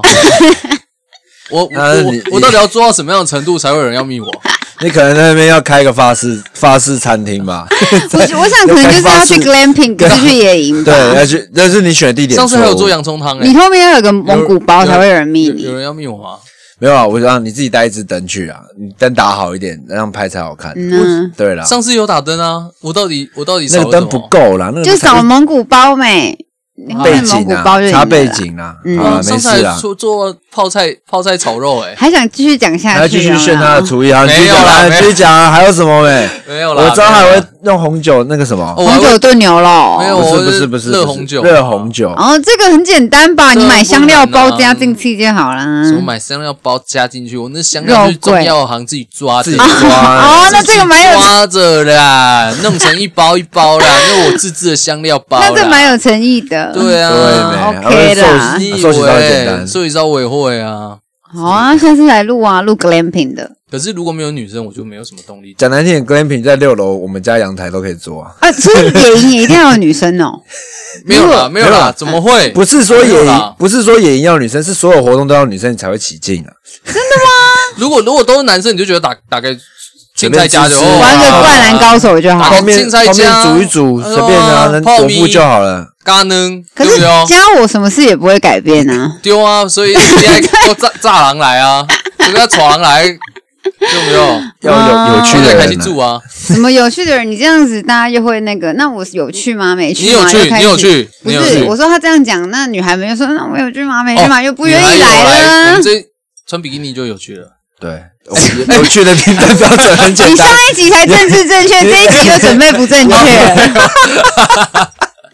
S3: 我到底要做到什么样的程度才会有人要密我？
S1: 你可能在那边要开个法式餐厅吧？
S2: 我想可能就是要去 glamping， 不是去野营吧？
S1: 对，要去，但是你选地点。
S3: 上次还有做洋葱汤
S2: 你后面要有个蒙古包才会有人密你。
S3: 有人要密我吗？
S1: 没有啊，我让你自己带一支灯去啊，你灯打好一点，让拍才好看。对啦，
S3: 上次有打灯啊，我到底
S1: 那个灯不够啦，
S2: 就少蒙古包没。
S1: 背景啊，插背景啊，啊，没事啦。
S3: 做泡菜炒肉，
S2: 还想继续讲下去，
S1: 还继续炫他的厨艺啊？
S3: 没有啦，
S1: 继续讲啊，还有什么没？
S3: 没有啦，
S1: 我知道还会用红酒那个什么，
S2: 红酒炖牛肉，
S3: 没有，
S1: 不是
S3: 热红酒，
S1: 热红酒。
S2: 哦，这个很简单吧？你买香料包加进去就好了。
S3: 什么买香料包加进去？我那香料去中药行自己抓，
S2: 哦，那这个蛮有
S3: 抓着啦，弄成一包一包啦，那我自制的香料包，
S2: 那这蛮有诚意的。
S3: 对啊。
S2: OK 啦，
S1: 寿喜烧简单，
S3: 寿喜烧我也会啊。
S2: 好啊，下次来录啊，录 glamping 的。
S3: 可是如果没有女生，我就没有什么动力。
S1: 讲难听点 ，glamping 在6楼，我们家阳台都可以做啊。
S2: 所以野营也一定要有女生哦。
S3: 没有啦，怎么会？
S1: 不是说野营要女生，是所有活动都要女生你才会起劲啊。
S2: 真的吗？
S3: 如果都是男生，你就觉得打个青菜加就
S2: 玩个灌篮高手就好，
S1: 后面煮一煮，随便啊，能果腹就好了。
S2: 可是加我什么事也不会改变啊。
S3: 丢啊，所以现在都炸狼来啊，这个闯狼来，有没有？
S1: 要有趣的人
S3: 开心住啊。
S2: 什么有趣的人？你这样子大家就会那个。那我有趣吗？没趣吗？
S3: 你有趣。
S2: 不是，我说他这样讲，那女孩们就说那我有趣吗？没趣吗？又不愿意来了。
S3: 我们这穿比基尼就有趣了。
S1: 对，有趣的评分标准很简单。
S2: 你上一集才政治正确，这一集就准备不正确。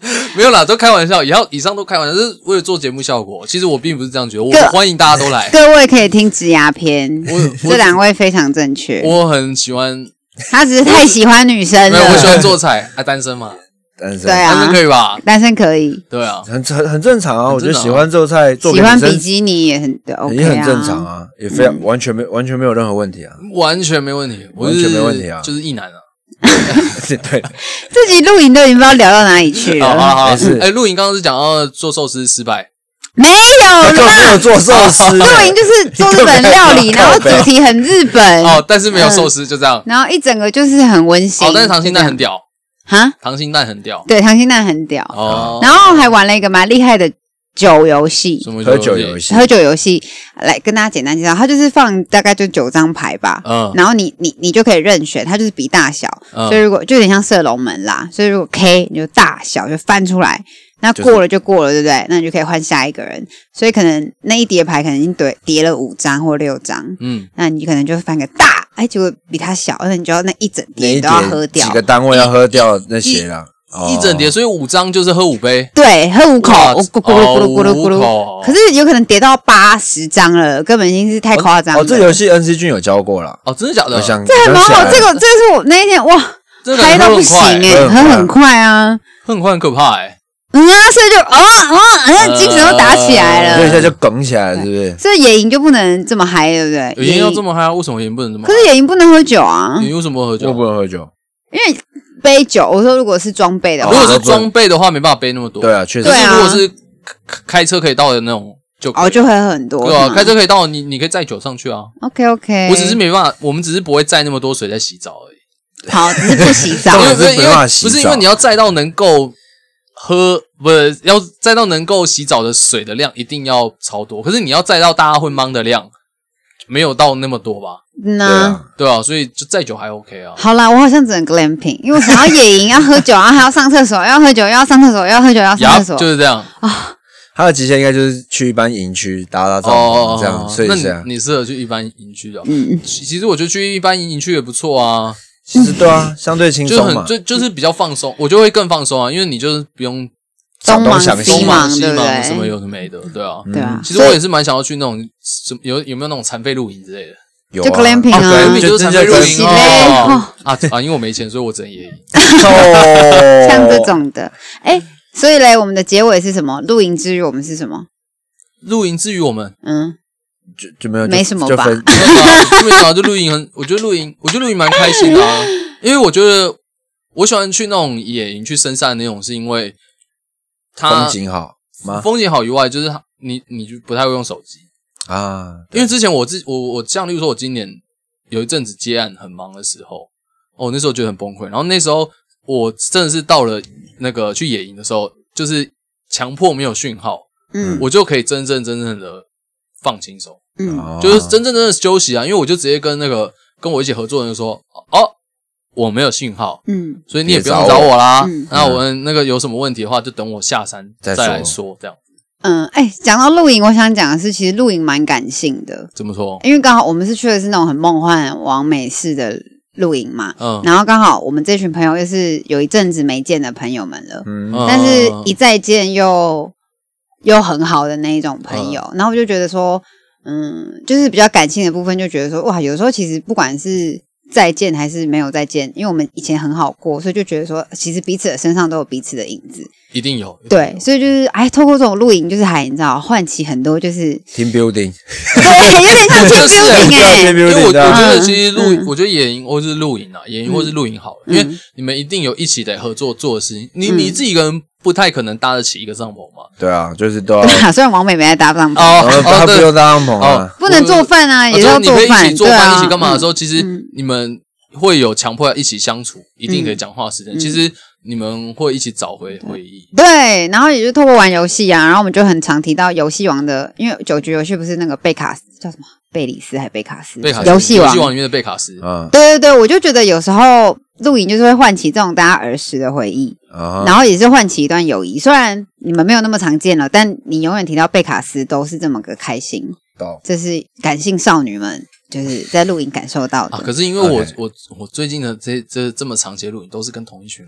S3: 没有啦，都开玩笑，以上都开玩笑，是为了做节目效果。其实我并不是这样觉得，我欢迎大家都来。
S2: 各位可以听职涯篇，这两位非常正确。
S3: 我很喜欢，
S2: 他只是太喜欢女生了。
S3: 没有，我喜欢做菜，单身嘛。
S1: 单身
S2: 对啊，
S3: 单身可以吧？
S2: 单身可以，
S3: 对啊，
S1: 很正常啊。我觉得喜欢做菜，
S2: 喜欢比基尼也很 OK 啊，
S1: 也很正常啊，也非常完全没有任何问题啊，
S3: 完全没问题，
S1: 完全没问题啊，
S3: 就是异男啊。
S1: 对，
S2: 这集录影都已经不知道聊到哪里去了。
S3: 好，录影刚刚是讲到做寿司失败，
S2: 没有
S1: 做寿司，
S2: 录影就是做日本料理，然后主题很日本
S3: 但是没有寿司，就这样，
S2: 然后一整个就是很温馨。
S3: 但是溏心蛋很屌。
S2: 哈，
S3: 溏心蛋很屌，
S2: 对，溏心蛋很屌然后还玩了一个蛮厉害的酒游戏，
S3: 什么
S1: 喝酒游戏？
S2: 喝酒游戏，来跟大家简单介绍，它就是放大概就9张牌吧，然后你就可以任选，它就是比大小，所以如果就有点像射龙门啦，所以如果 K 你就大小就翻出来。那过了就过了，对不对？那你就可以换下一个人，所以可能那一叠牌可能已经叠了5张或6张，那你可能就翻个大，结果比它小，那你就要那一整叠都要喝掉，
S1: 几个单位要喝掉那些啦，
S3: 一整叠，所以5张就是喝5杯，
S2: 对，喝5口，咕噜咕噜咕噜咕噜。可是有可能叠到80张了，根本已经是太夸张了。
S1: 这游戏 NC 君有教过啦，
S3: 真的假的？
S2: 这还蛮好，这个是我那一天哇，嗨到不行喝很快啊，
S3: 很快很可怕
S2: 所以就精神都打起来了，
S1: 所以一下就梗起来了，是不是？
S2: 所以野营就不能这么嗨，对不对？
S3: 野营要这么嗨，为什么野营不能这么嗨？
S2: 可是野营不能喝酒啊！
S3: 野营为什么喝酒？
S1: 我不能喝酒，
S2: 因为杯酒。我说如果是装备的话，
S3: 如果是装备的话，没办法背那么多。
S1: 对啊，确实。
S3: 可是如果是开车可以到的那种，就会
S2: 喝很多。
S3: 对啊，开车可以到，你可以载酒上去啊。
S2: OK，
S3: 我只是没办法，我们只是不会载那么多水在洗澡而已。
S2: 好，只是不洗澡，
S1: 因为
S3: 不是因为你要载到能够。不是要载到能够洗澡的水的量一定要超多，可是你要载到大家会忙的量，没有到那么多吧？对啊，所以就载酒还 OK 啊。
S2: 好啦，我好像只能 glamping， 因为我想要野营，要喝酒，然后还要上厕所，要喝酒，要上厕所，要喝酒，要上厕所，
S3: 就是这样
S2: 啊。
S1: 他的极限应该就是去一般营区打帐篷这样睡一下。
S3: 那你适合去一般营区的？其实我觉得去一般营区也不错啊。
S1: 其实对啊，相对轻松嘛，
S3: 就是比较放松，我就会更放松啊，因为你就是不用
S2: 东忙西忙，
S3: 对不对？什么有的没的，对啊。其实我也是蛮想要去那种有没有那种残废露营之类的？
S1: 有
S2: 就 glamping 啊
S3: ，glamping 就是残废露营啊，因为我没钱，所以我只能野营。
S2: 像这种的，所以嘞，我们的结尾是什么？露营之于我们是什么？
S3: 露营之于我们，
S1: 就
S2: 没什么吧，
S3: 就没有啊，就露营我觉得露营蛮开心的啊，因为我觉得我喜欢去那种野营去深山的那种，是因为它
S1: 风景好吗？
S3: 风景好以外，就是你就不太会用手机
S1: 啊，
S3: 因为之前我像例如说，我今年有一阵子接案很忙的时候，那时候觉得很崩溃，然后那时候我真的是到了那个去野营的时候，就是强迫没有讯号，我就可以真正的放轻松，就是真正的休息啊！因为我就直接跟我一起合作的人说，我没有信号，所以你也不用找我啦。那我们有什么问题的话，就等我下山再来说，这样。
S2: 讲到露营，我想讲的是，其实露营蛮感性的。
S3: 怎么说？
S2: 因为刚好我们是去的是那种很梦幻、完美式的露营嘛，然后刚好我们这群朋友又是有一阵子没见的朋友们了，但是一再见又很好的那一种朋友，然后我就觉得说，就是比较感性的部分，就觉得说，哇，有时候其实不管是再见还是没有再见，因为我们以前很好过，所以就觉得说，其实彼此的身上都有彼此的影子，
S3: 一定有。
S2: 对，所以就是透过这种露营，就是你知道，唤起很多就是
S1: team building，
S2: 对，有点像 team building
S3: 因为我觉得其实我觉得野营或是露营啊，野营或是露营好了，因为你们一定有一起得合作做的事情，你自己一个人不太可能搭得起一个帐篷嘛。
S1: 对啊，就是都要。
S2: 对啊，虽然王美没在搭帐篷，
S1: 他不用搭帐篷啊，
S2: 不能做饭啊，也要做饭，
S3: 你可以一起做饭，一起干嘛的时候，其实你们会有强迫要一起相处，一定可以讲话的时间。其实你们会一起找回回忆。
S2: 对，然后也就透过玩游戏啊，然后我们就很常提到游戏王的，因为9局游戏不是那个贝卡斯叫什么？贝里斯还贝卡斯？游戏王
S3: 里面的贝卡斯。
S2: 对，我就觉得有时候露营就是会唤起这种大家儿时的回忆，然后也是唤起一段友谊。虽然你们没有那么常见了，但你永远提到贝卡斯都是这么个开心。这是感性少女们就是在露营感受到的
S3: 可是因为我最近的这么长期的露营都是跟同一群人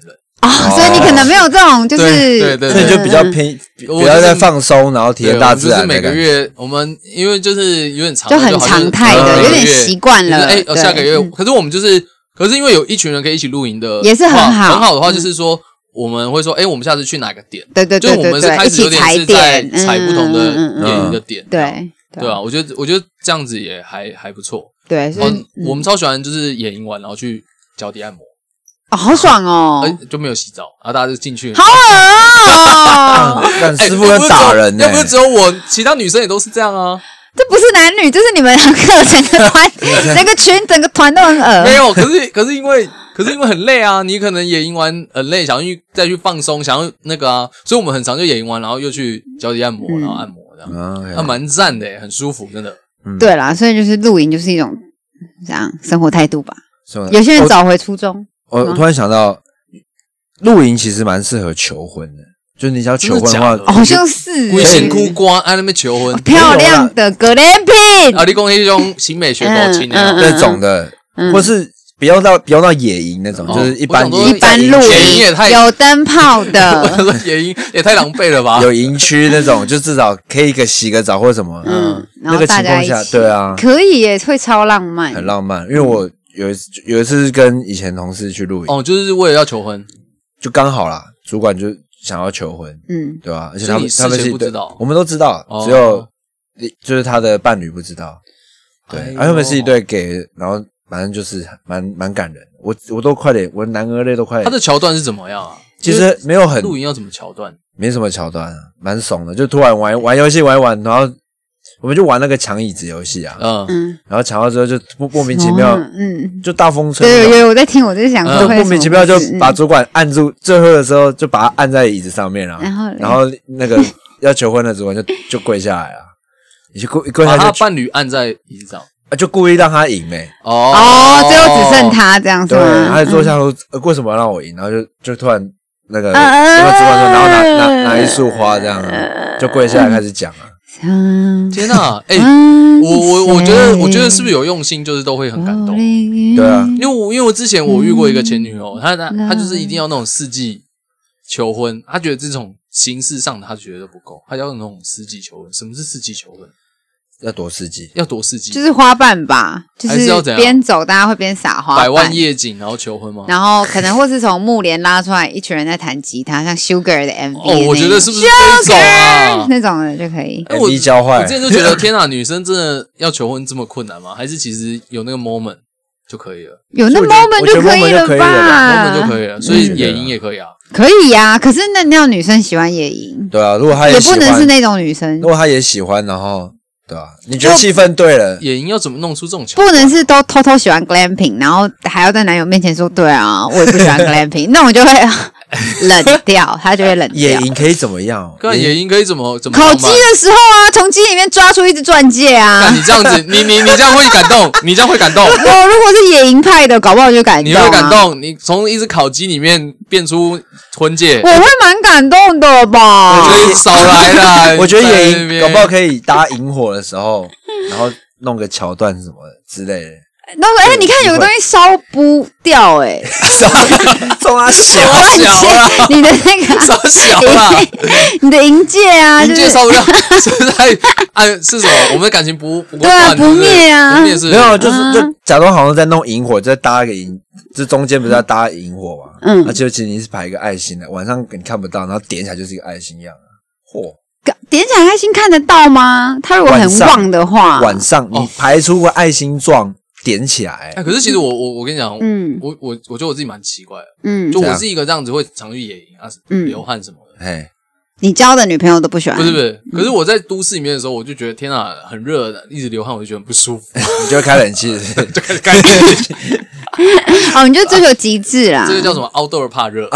S2: 所以你可能没有这种，就是
S1: 所以就比较偏，比较在放松，然后体验大自然。
S3: 就是每个月我们因为就是有点长，
S2: 就很常态的，有点习惯了。
S3: 下个月，可是我们就是，可是因为有一群人可以一起露营的，
S2: 也是很好。
S3: 很好的话，就是说我们会说，我们下次去哪个点？
S2: 对，就
S3: 我们是开始有点是在踩不同的野营的点。对啊，我觉得这样子也还不错。
S2: 对，
S3: 我们超喜欢就是野营完然后去脚底按摩。
S2: 好爽哦！
S3: 就没有洗澡，然后大家就进去，
S2: 好恶哦！
S1: 但师傅要打人，
S3: 又不是只有我，其他女生也都是这样啊。
S2: 这不是男女，这是你们两个整个团、整个群、整个团都很恶。
S3: 没有，可是因为很累啊，你可能野营完很累，想要再去放松，想要那个啊，所以我们很常就野营完，然后又去脚底按摩，然后按摩这样，那蛮赞的，很舒服，真的。
S2: 对啦，所以就是露营就是一种这样生活态度吧。有些人找回初衷。
S1: 我突然想到，露营其实蛮适合求婚的，就是你要求婚的话，
S2: 好像是
S3: 龟仙哭瓜在那边求婚，
S2: 漂亮的格兰品
S3: 啊，你讲那种新美学狗亲
S1: 那种的，或是不要到野营那种，就是一般露
S2: 营
S3: 也太
S2: 有灯泡的，
S3: 我说野营也太狼狈了吧？
S1: 有营区那种，就至少可以洗个澡或什么，
S2: 那个情况下，
S1: 对啊，
S2: 可以耶，会超浪漫，
S1: 很浪漫，因为我。有一次跟以前同事去露营，
S3: 就是为了要求婚，
S1: 就刚好啦，主管就想要求婚，对吧？而且他们是
S3: 不知道，
S1: 我们都知道，只有就是他的伴侣不知道，对，他们是一对给，然后反正就是蛮感人，我都快点，我的男儿泪都快点。
S3: 他的桥段是怎么样啊？
S1: 其实没有很
S3: 露营要怎么桥段？
S1: 没什么桥段，蛮怂的，就突然玩游戏玩一玩，然后。我们就玩那个抢椅子游戏啊，然后抢到之后就莫名其妙，就大风吹。
S2: 对，我在听，我就想说，
S1: 莫名其妙就把主管按住，最后的时候就把他按在椅子上面了，然后那个要求婚的主管就跪下来了，你就跪下，
S3: 把他伴侣按在椅子上，
S1: 就故意让他赢最
S2: 后只剩他这样子，
S1: 对，他就坐下说为什么要让我赢，然后就突然那个主管说，然后拿一束花这样，就跪下来开始讲啊。
S3: 天哪！我觉得是不是有用心，就是都会很感动。
S1: 对啊，
S3: 因为我之前我遇过一个前女友，她就是一定要那种四季求婚，她觉得这种形式上的她觉得都不够，她要那种四季求婚。什么是四季求婚？
S1: 要多四季，
S2: 就是花瓣吧，就是边走大家会边撒花瓣，
S3: 百万夜景，然后求婚吗？
S2: 然后可能或是从幕帘拉出来，一群人在弹吉他，像 Sugar 的 MV
S3: 我觉得是不是这种啊？
S2: 那种的就可以。
S1: MV 交换，
S3: 我之前就觉得天哪，女生真的要求婚这么困难吗？还是其实有那个 moment 就可以了？
S2: 有那 moment 就可以了吧
S3: ？moment 就可以了，所以野营也可以啊。
S2: 可以呀，可是那要女生喜欢野营，
S1: 对啊，如果她也喜欢，
S2: 也不能是那种女生。
S1: 如果她也喜欢，然后。对啊，你觉得气氛对了，
S3: 野营要怎么弄出这种桥段？
S2: 不能是都偷偷喜欢 glamping， 然后还要在男友面前说对啊，我也不喜欢 glamping， 那我就会冷掉，他就会冷掉。
S1: 野营可以怎么样？
S3: 野营可以怎么
S2: 烤鸡的时候啊，从鸡里面抓出一只钻戒啊！
S3: 你这样子，你这样会感动，你这样会感动。
S2: 我如果是野营派的，搞不好就感动。
S3: 你会感动，你从一只烤鸡里面变出婚戒，
S2: 我会蛮感动的吧？
S3: 我觉得少来啦。
S1: 我觉得野营搞不好可以搭萤火的时候，然后弄个桥段什么之类的。
S2: 那你看有个东西烧不掉
S1: 送他小啦，
S2: 你的那个
S3: 烧小啦，
S2: 你的银戒啊，
S3: 银戒烧不掉，是是什么？我们的感情不
S2: 断，不灭啊，
S3: 不灭是
S1: 没有，就假装好像在弄萤火，再搭一个萤，这中间不是要搭萤火嘛？而且其实你是排一个爱心的，晚上你看不到，然后点起来就是一个爱心一样。
S2: 点起来爱心看得到吗？它如果很旺的话，
S1: 晚上你排出个爱心状。点起来，
S3: 可是其实我跟你讲，我觉得我自己蛮奇怪的，就我是一个这样子会常去野营啊，流汗什么的，
S2: 你交的女朋友都不喜欢，
S3: 不是，可是我在都市里面的时候，我就觉得天啊，很热的，一直流汗，我就觉得很不舒服，
S1: 你就会开冷气，
S3: 就开冷气，
S2: 你就追求极致啦，
S3: 这个叫什么 outdoor 怕热。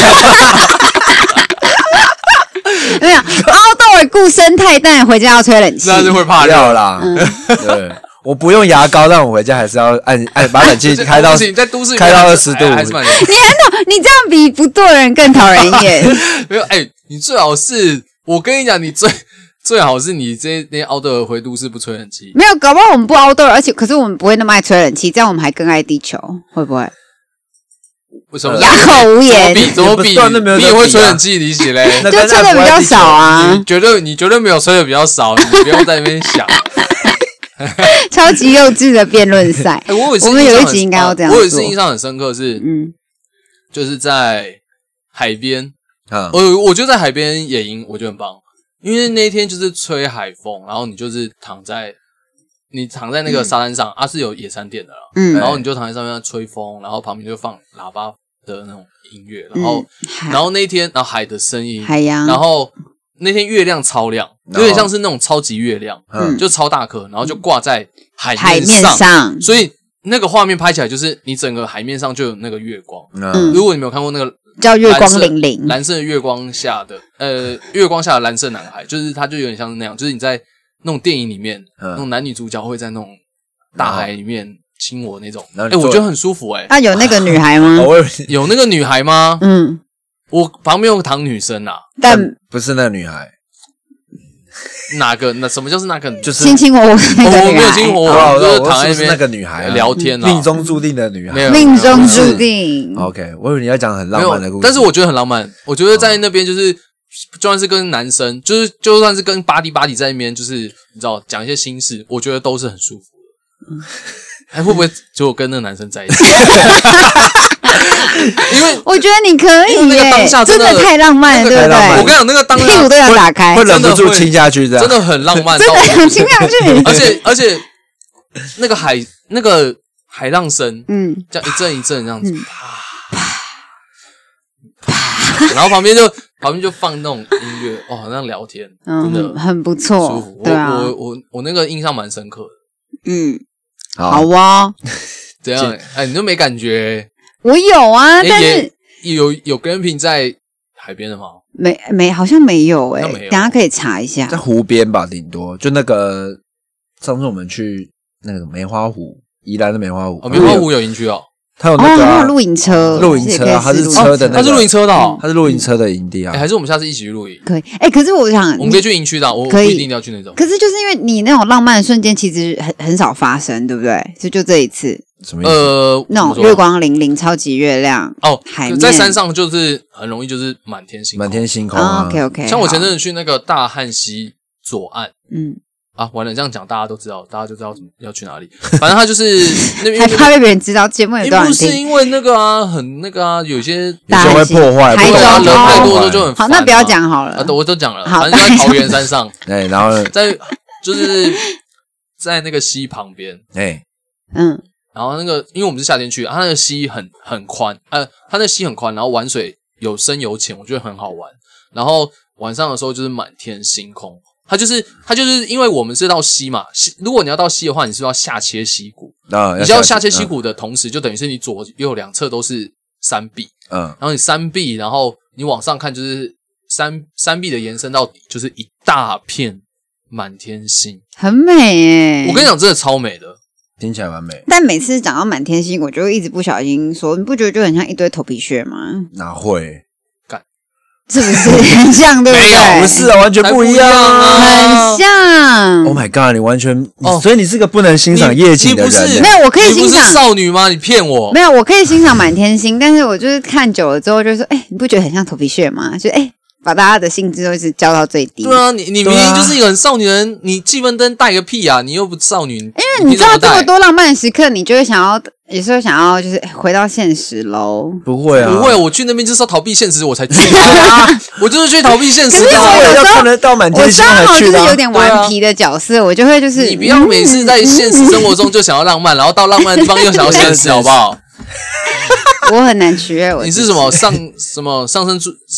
S2: 没有 outdoor 顾生态，但回家要吹冷气，
S3: 那就会怕热
S1: 啦，对。我不用牙膏，但我回家还是要按把冷气开到
S3: 在都市
S1: 开到20度，
S3: 还是蛮
S2: 你这样比不对人更讨人厌。
S3: 没有，你最好是我跟你讲，你最好是你那些 outdoor 回都市不吹冷气。
S2: 没有，搞不好我们不 outdoor， 而且可是我们不会那么爱吹冷气，这样我们还更爱地球，会不会？
S3: 什么
S2: 哑口无言？
S3: 怎么比？你也会吹冷气理解嘞？
S2: 就吹的比较少啊。
S3: 你绝对没有吹的比较少，你不用在那边想。
S2: 超级幼稚的辩论赛，我们有一集应该要这样做。
S3: 我有一次印象很深刻是，就是在海边，我就在海边野营，我觉得很棒，因为那一天就是吹海风，然后你就是躺在那个沙滩上，是有野餐垫的啦，然后你就躺在上面吹风，然后旁边就放喇叭的那种音乐，然后那一天，然后海的声音，
S2: 海洋，
S3: 然后那天月亮超亮，有点像是那种超级月亮，就超大颗，然后就挂在海面上，所以那个画面拍起来就是你整个海面上就有那个月光。如果你没有看过那个
S2: 叫月光粼粼，
S3: 蓝色的月光下的月光下的蓝色男孩，就是它就有点像是那样，就是你在那种电影里面，那种男女主角会在那种大海里面亲我那种，我觉得很舒服
S2: 有那个女孩吗？
S3: 有那个女孩吗？我旁边有个躺女生啊，
S2: 但
S1: 不是那个女孩。
S3: 哪个？那什么就是那个？就是
S2: 卿卿我我那个女孩。
S3: 我没有卿卿我我，就是躺在那边
S1: 那个女孩
S3: 聊天啊，
S1: 命中注定的女孩，
S2: 命中注定。
S1: OK， 我以为你要讲很浪漫的故事，
S3: 但是我觉得很浪漫。我觉得在那边就是，就算是跟男生，就算是跟巴迪在那边，就是你知道讲一些心事，我觉得都是很舒服的。还会不会结果跟那个男生在一起？因为
S2: 我觉得你可以耶，
S3: 那个当下
S2: 真的太浪漫了，对不对？
S3: 我跟你讲，那个当下
S2: 屁股都要打开，
S1: 会忍不住亲下去，这样
S3: 真的很浪漫，
S2: 真的想亲下去。
S3: 而且那个海浪声，这样一阵一阵这样子，啪，然后旁边就放那种音乐，好像聊天，真的
S2: 很不错，
S3: 舒服。
S2: 对啊，
S3: 我那个印象蛮深刻的。
S2: 好啊，
S3: 怎样？你都没感觉？
S2: 我有啊，但是
S3: 有 glamping 在海边的吗？
S2: 没，好像没有等一下可以查一下，
S1: 在湖边吧，顶多就那个上次我们去那个梅花湖，宜兰的梅花湖，
S3: 梅花湖有营区哦。
S1: 它有那个
S2: 还有露营车，
S1: 它是车的那个，
S3: 它是露营车的，
S1: 它是露营车的营地啊。
S3: 还是我们下次一起去露营？
S2: 可以。可是我想，
S3: 我们可以去营区的，我不一定要去那种。
S2: 可是就是因为你那种浪漫的瞬间，其实很少发生，对不对？就这一次，
S1: 什么意思？
S2: 那种月光粼粼、超级月亮海面
S3: 在山上就是很容易就是满天星空
S1: 啊。
S2: OK，
S3: 像我前阵子去那个大汉溪左岸，完了，这样讲大家就知道要去哪里。反正他就是那边
S2: 还怕被别人知道，节目有多少人
S3: 不是因为那个很那个有些
S1: 会破坏，
S2: 台中
S3: 人太多就很
S2: 好，那不要讲好了。
S3: 我都讲了，反正在桃园山上，
S1: 然后
S3: 就是在那个溪旁边，然后那个因为我们是夏天去，它那个溪很宽，它那个溪很宽，然后玩水有深有浅，我觉得很好玩。然后晚上的时候就是满天星空。它就是因为我们是到溪嘛，如果你要到溪的话，你是要下切溪谷你就要下切溪谷的同时，就等于是你左右两侧都是山壁，然后你山壁，然后你往上看就是山壁的延伸到底，就是一大片满天星，
S2: 很美耶！
S3: 我跟你讲，真的超美的，
S1: 听起来蛮美。
S2: 但每次讲到满天星，我就会一直不小心说，你不觉得就很像一堆头皮屑吗？
S1: 哪会？
S2: 是不是很像？对不对？
S1: 没有，不是啊，完全不一样
S2: 啊，很像。
S1: Oh my god！ 你完全所以你是个不能欣赏夜景的人。
S2: 没有，我可以欣赏。
S3: 你不是少女吗？你骗我。
S2: 没有，我可以欣赏满天星，但是我就是看久了之后，就说，你不觉得很像头皮屑吗？就把大家的兴致都一直降到最低。
S3: 对啊，你明明就是一个很少女人，你气氛灯带个屁啊！你又不少女。因
S2: 为你知道这么多浪漫的时刻，你就会想要，有时候想要就是回到现实喽。
S1: 不会啊，
S3: 不会，我去那边就是要逃避现实，我才去。我就是去逃避现实。
S2: 可是我
S1: 要看得到满天星才去的。
S2: 我刚好就是有点顽皮的角色，我就会就是
S3: 你不要每次在现实生活中就想要浪漫，然后到浪漫的地方又想要现实，好不好？
S2: 我很难取悦我。
S3: 你是什么上升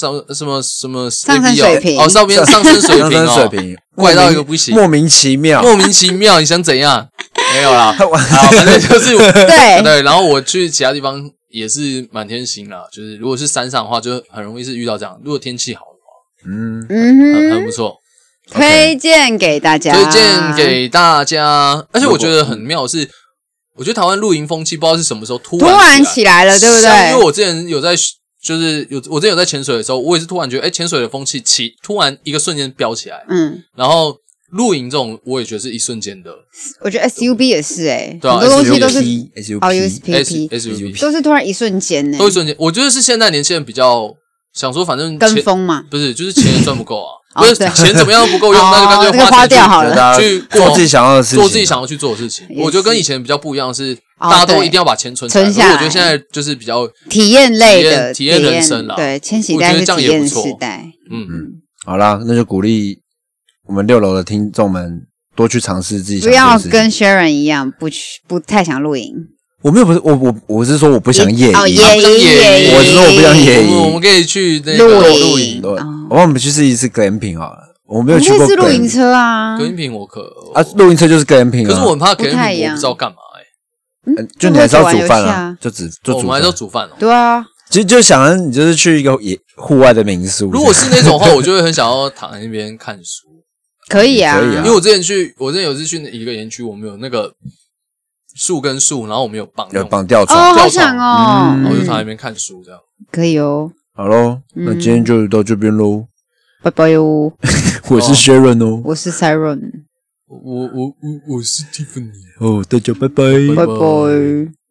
S2: 水平
S3: 哦，上升水平，怪到一个不行，
S1: 莫名其妙，
S3: 你想怎样？没有啦，反正就是对，然后我去其他地方也是满天星啦，就是如果是山上的话，就很容易是遇到这样。如果天气好的话，很不错，
S2: 推荐给大家。
S3: 而且我觉得很妙的是。我觉得台湾露营风气不知道是什么时候突
S2: 然起来了，对不对？
S3: 因为我之前有在，就是我之前有在潜水的时候，我也是突然觉得，潜水的风气突然一个瞬间飙起来，然后露营这种，我也觉得是一瞬间的。
S2: 我觉得 SUP 也是
S3: 对啊，
S2: 很多东西都是
S1: SUP
S2: 都是突然一瞬间
S3: 都一瞬间。我觉得是现在年轻人比较想说，反正
S2: 跟风嘛，
S3: 不是，就是钱也赚不够啊，不是钱怎么样都不够用，那就干脆
S2: 花掉好了，
S3: 去
S1: 做自己想要的事情，
S3: 做自己想要去做的事情。我觉得跟以前比较不一样的是，大家都一定要把钱存下来。我觉得现在就是比较
S2: 体验类的，
S3: 体验人生啦。
S2: 对，千禧代是体验时代。
S1: 好啦，那就鼓励我们6楼的听众们多去尝试自己想做的事情。
S2: 不要跟 Sharon 一样，不太想露营。
S1: 我没有，我是说我不想野营。
S2: 野营，
S1: 我是说我不想野营。
S3: 我们可以去那个露营。
S1: 我们去试一次 glamping 好了。我没有去过。
S2: 是露营车啊。
S3: glamping 我
S1: 露营车就是 glamping 啊。
S3: 可是我很怕 glamping， 我不知道干嘛
S1: 就你还是要煮饭啊，就只做煮饭。
S3: 我们还是要煮饭哦。
S2: 对啊。
S1: 其实就想你就是去一个户外的民宿。
S3: 如果是那种的话，我就会很想要躺在那边看书。
S2: 可以啊，
S3: 因为我之前有一次去一个园区，我们有那个树跟树，然后我们有
S1: 绑吊床，
S2: 好想哦，
S3: 然后我就躺在那边看书，这样
S2: 可以哦。
S1: 好咯，那今天就到这边咯，
S2: 拜拜哟。
S1: 我是 Sharon 哦，
S2: 我是 Siren，
S3: 我是 Tiffany
S1: 哦，大家拜拜，
S2: 拜拜。